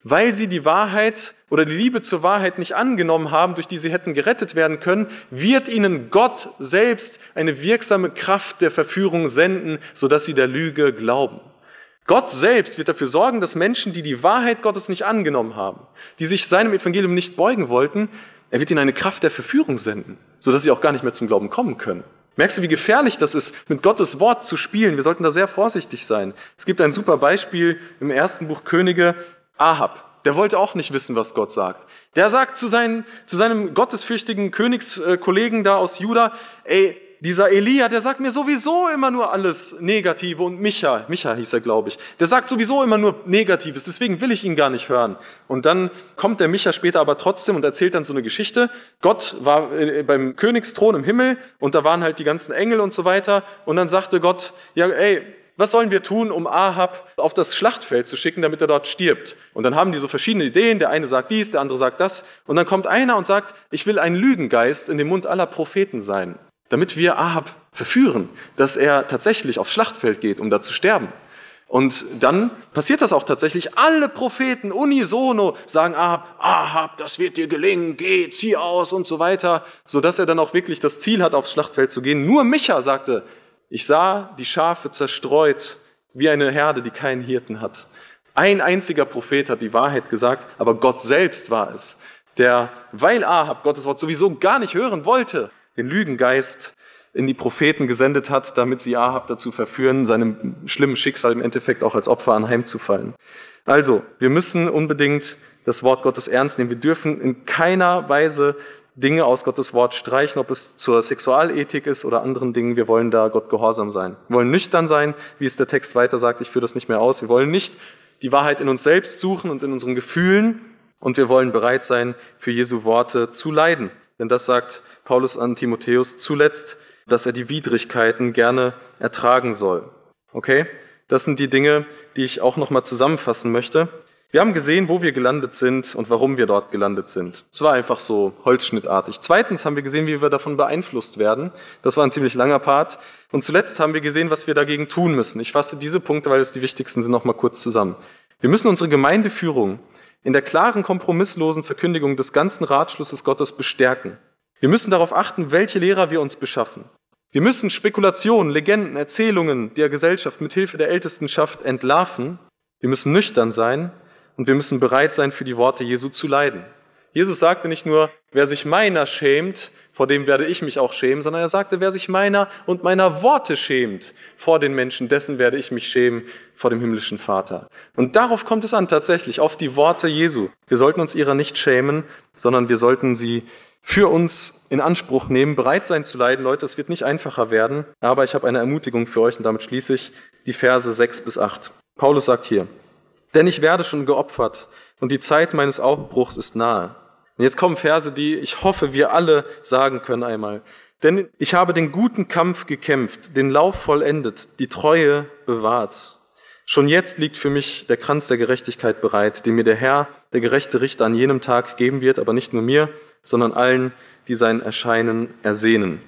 Weil sie die Wahrheit oder die Liebe zur Wahrheit nicht angenommen haben, durch die sie hätten gerettet werden können, wird ihnen Gott selbst eine wirksame Kraft der Verführung senden, sodass sie der Lüge glauben. Gott selbst wird dafür sorgen, dass Menschen, die die Wahrheit Gottes nicht angenommen haben, die sich seinem Evangelium nicht beugen wollten, er wird ihnen eine Kraft der Verführung senden, sodass sie auch gar nicht mehr zum Glauben kommen können. Merkst du, wie gefährlich das ist, mit Gottes Wort zu spielen? Wir sollten da sehr vorsichtig sein. Es gibt ein super Beispiel im ersten Buch Könige, Ahab. Der wollte auch nicht wissen, was Gott sagt. Der sagt zu seinem gottesfürchtigen Königskollegen da aus Juda, dieser Elia, der sagt mir sowieso immer nur alles Negative, und Micha hieß er, glaube ich, der sagt sowieso immer nur Negatives, deswegen will ich ihn gar nicht hören. Und dann kommt der Micha später aber trotzdem und erzählt dann so eine Geschichte. Gott war beim Königsthron im Himmel und da waren halt die ganzen Engel und so weiter. Und dann sagte Gott, ja, was sollen wir tun, um Ahab auf das Schlachtfeld zu schicken, damit er dort stirbt? Und dann haben die so verschiedene Ideen, der eine sagt dies, der andere sagt das. Und dann kommt einer und sagt, ich will ein Lügengeist in dem Mund aller Propheten sein, damit wir Ahab verführen, dass er tatsächlich aufs Schlachtfeld geht, um da zu sterben. Und dann passiert das auch tatsächlich. Alle Propheten unisono sagen Ahab, das wird dir gelingen, geh, zieh aus und so weiter, sodass er dann auch wirklich das Ziel hat, aufs Schlachtfeld zu gehen. Nur Micha sagte, ich sah die Schafe zerstreut wie eine Herde, die keinen Hirten hat. Ein einziger Prophet hat die Wahrheit gesagt, aber Gott selbst war es, der, weil Ahab Gottes Wort sowieso gar nicht hören wollte, den Lügengeist in die Propheten gesendet hat, damit sie Ahab dazu verführen, seinem schlimmen Schicksal im Endeffekt auch als Opfer anheimzufallen. Also, wir müssen unbedingt das Wort Gottes ernst nehmen. Wir dürfen in keiner Weise Dinge aus Gottes Wort streichen, ob es zur Sexualethik ist oder anderen Dingen. Wir wollen da Gott gehorsam sein. Wir wollen nüchtern sein, wie es der Text weiter sagt. Ich führe das nicht mehr aus. Wir wollen nicht die Wahrheit in uns selbst suchen und in unseren Gefühlen. Und wir wollen bereit sein, für Jesu Worte zu leiden. Denn das sagt Paulus an Timotheus zuletzt, dass er die Widrigkeiten gerne ertragen soll. Okay? Das sind die Dinge, die ich auch nochmal zusammenfassen möchte. Wir haben gesehen, wo wir gelandet sind und warum wir dort gelandet sind. Es war einfach so holzschnittartig. Zweitens haben wir gesehen, wie wir davon beeinflusst werden. Das war ein ziemlich langer Part. Und zuletzt haben wir gesehen, was wir dagegen tun müssen. Ich fasse diese Punkte, weil es die wichtigsten sind, nochmal kurz zusammen. Wir müssen unsere Gemeindeführung in der klaren, kompromisslosen Verkündigung des ganzen Ratschlusses Gottes bestärken. Wir müssen darauf achten, welche Lehrer wir uns beschaffen. Wir müssen Spekulationen, Legenden, Erzählungen der Gesellschaft mit Hilfe der Ältestenschaft entlarven. Wir müssen nüchtern sein und wir müssen bereit sein, für die Worte Jesu zu leiden. Jesus sagte nicht nur, wer sich meiner schämt, vor dem werde ich mich auch schämen, sondern er sagte, wer sich meiner und meiner Worte schämt vor den Menschen, dessen werde ich mich schämen vor dem himmlischen Vater. Und darauf kommt es an, tatsächlich, auf die Worte Jesu. Wir sollten uns ihrer nicht schämen, sondern wir sollten sie für uns in Anspruch nehmen, bereit sein zu leiden. Leute, es wird nicht einfacher werden, aber ich habe eine Ermutigung für euch und damit schließe ich die Verse 6 bis 8. Paulus sagt hier, denn ich werde schon geopfert und die Zeit meines Aufbruchs ist nahe. Und jetzt kommen Verse, die ich hoffe, wir alle sagen können einmal. Denn ich habe den guten Kampf gekämpft, den Lauf vollendet, die Treue bewahrt. Schon jetzt liegt für mich der Kranz der Gerechtigkeit bereit, den mir der Herr, der gerechte Richter, an jenem Tag geben wird, aber nicht nur mir, sondern allen, die sein Erscheinen ersehnen.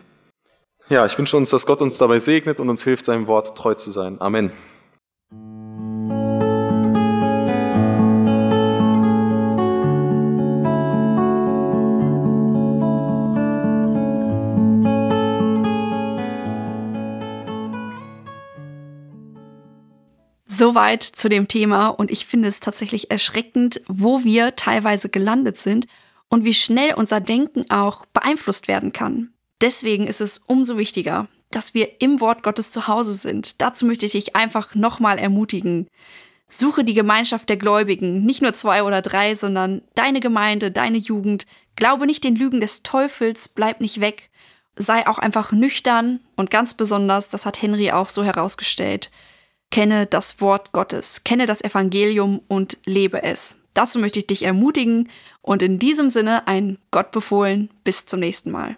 Ja, ich wünsche uns, dass Gott uns dabei segnet und uns hilft, seinem Wort treu zu sein. Amen. Soweit zu dem Thema und ich finde es tatsächlich erschreckend, wo wir teilweise gelandet sind und wie schnell unser Denken auch beeinflusst werden kann. Deswegen ist es umso wichtiger, dass wir im Wort Gottes zu Hause sind. Dazu möchte ich dich einfach nochmal ermutigen. Suche die Gemeinschaft der Gläubigen, nicht nur 2 oder 3, sondern deine Gemeinde, deine Jugend. Glaube nicht den Lügen des Teufels, bleib nicht weg. Sei auch einfach nüchtern und ganz besonders, das hat Henry auch so herausgestellt, kenne das Wort Gottes, kenne das Evangelium und lebe es. Dazu möchte ich dich ermutigen und in diesem Sinne ein Gott befohlen. Bis zum nächsten Mal.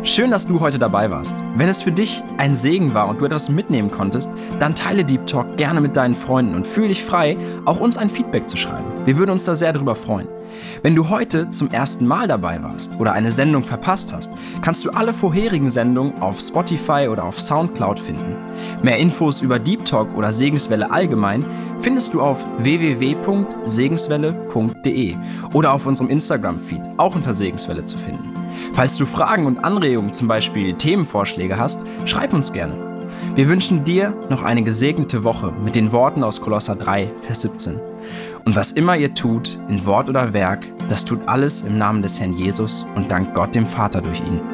Schön, dass du heute dabei warst. Wenn es für dich ein Segen war und du etwas mitnehmen konntest, dann teile Deep Talk gerne mit deinen Freunden und fühl dich frei, auch uns ein Feedback zu schreiben. Wir würden uns da sehr darüber freuen. Wenn du heute zum ersten Mal dabei warst oder eine Sendung verpasst hast, kannst du alle vorherigen Sendungen auf Spotify oder auf Soundcloud finden. Mehr Infos über Deep Talk oder Segenswelle allgemein findest du auf www.segenswelle.de oder auf unserem Instagram-Feed, auch unter Segenswelle zu finden. Falls du Fragen und Anregungen, zum Beispiel Themenvorschläge hast, schreib uns gerne. Wir wünschen dir noch eine gesegnete Woche mit den Worten aus Kolosser 3, Vers 17. Und was immer ihr tut, in Wort oder Werk, das tut alles im Namen des Herrn Jesus und dankt Gott dem Vater durch ihn.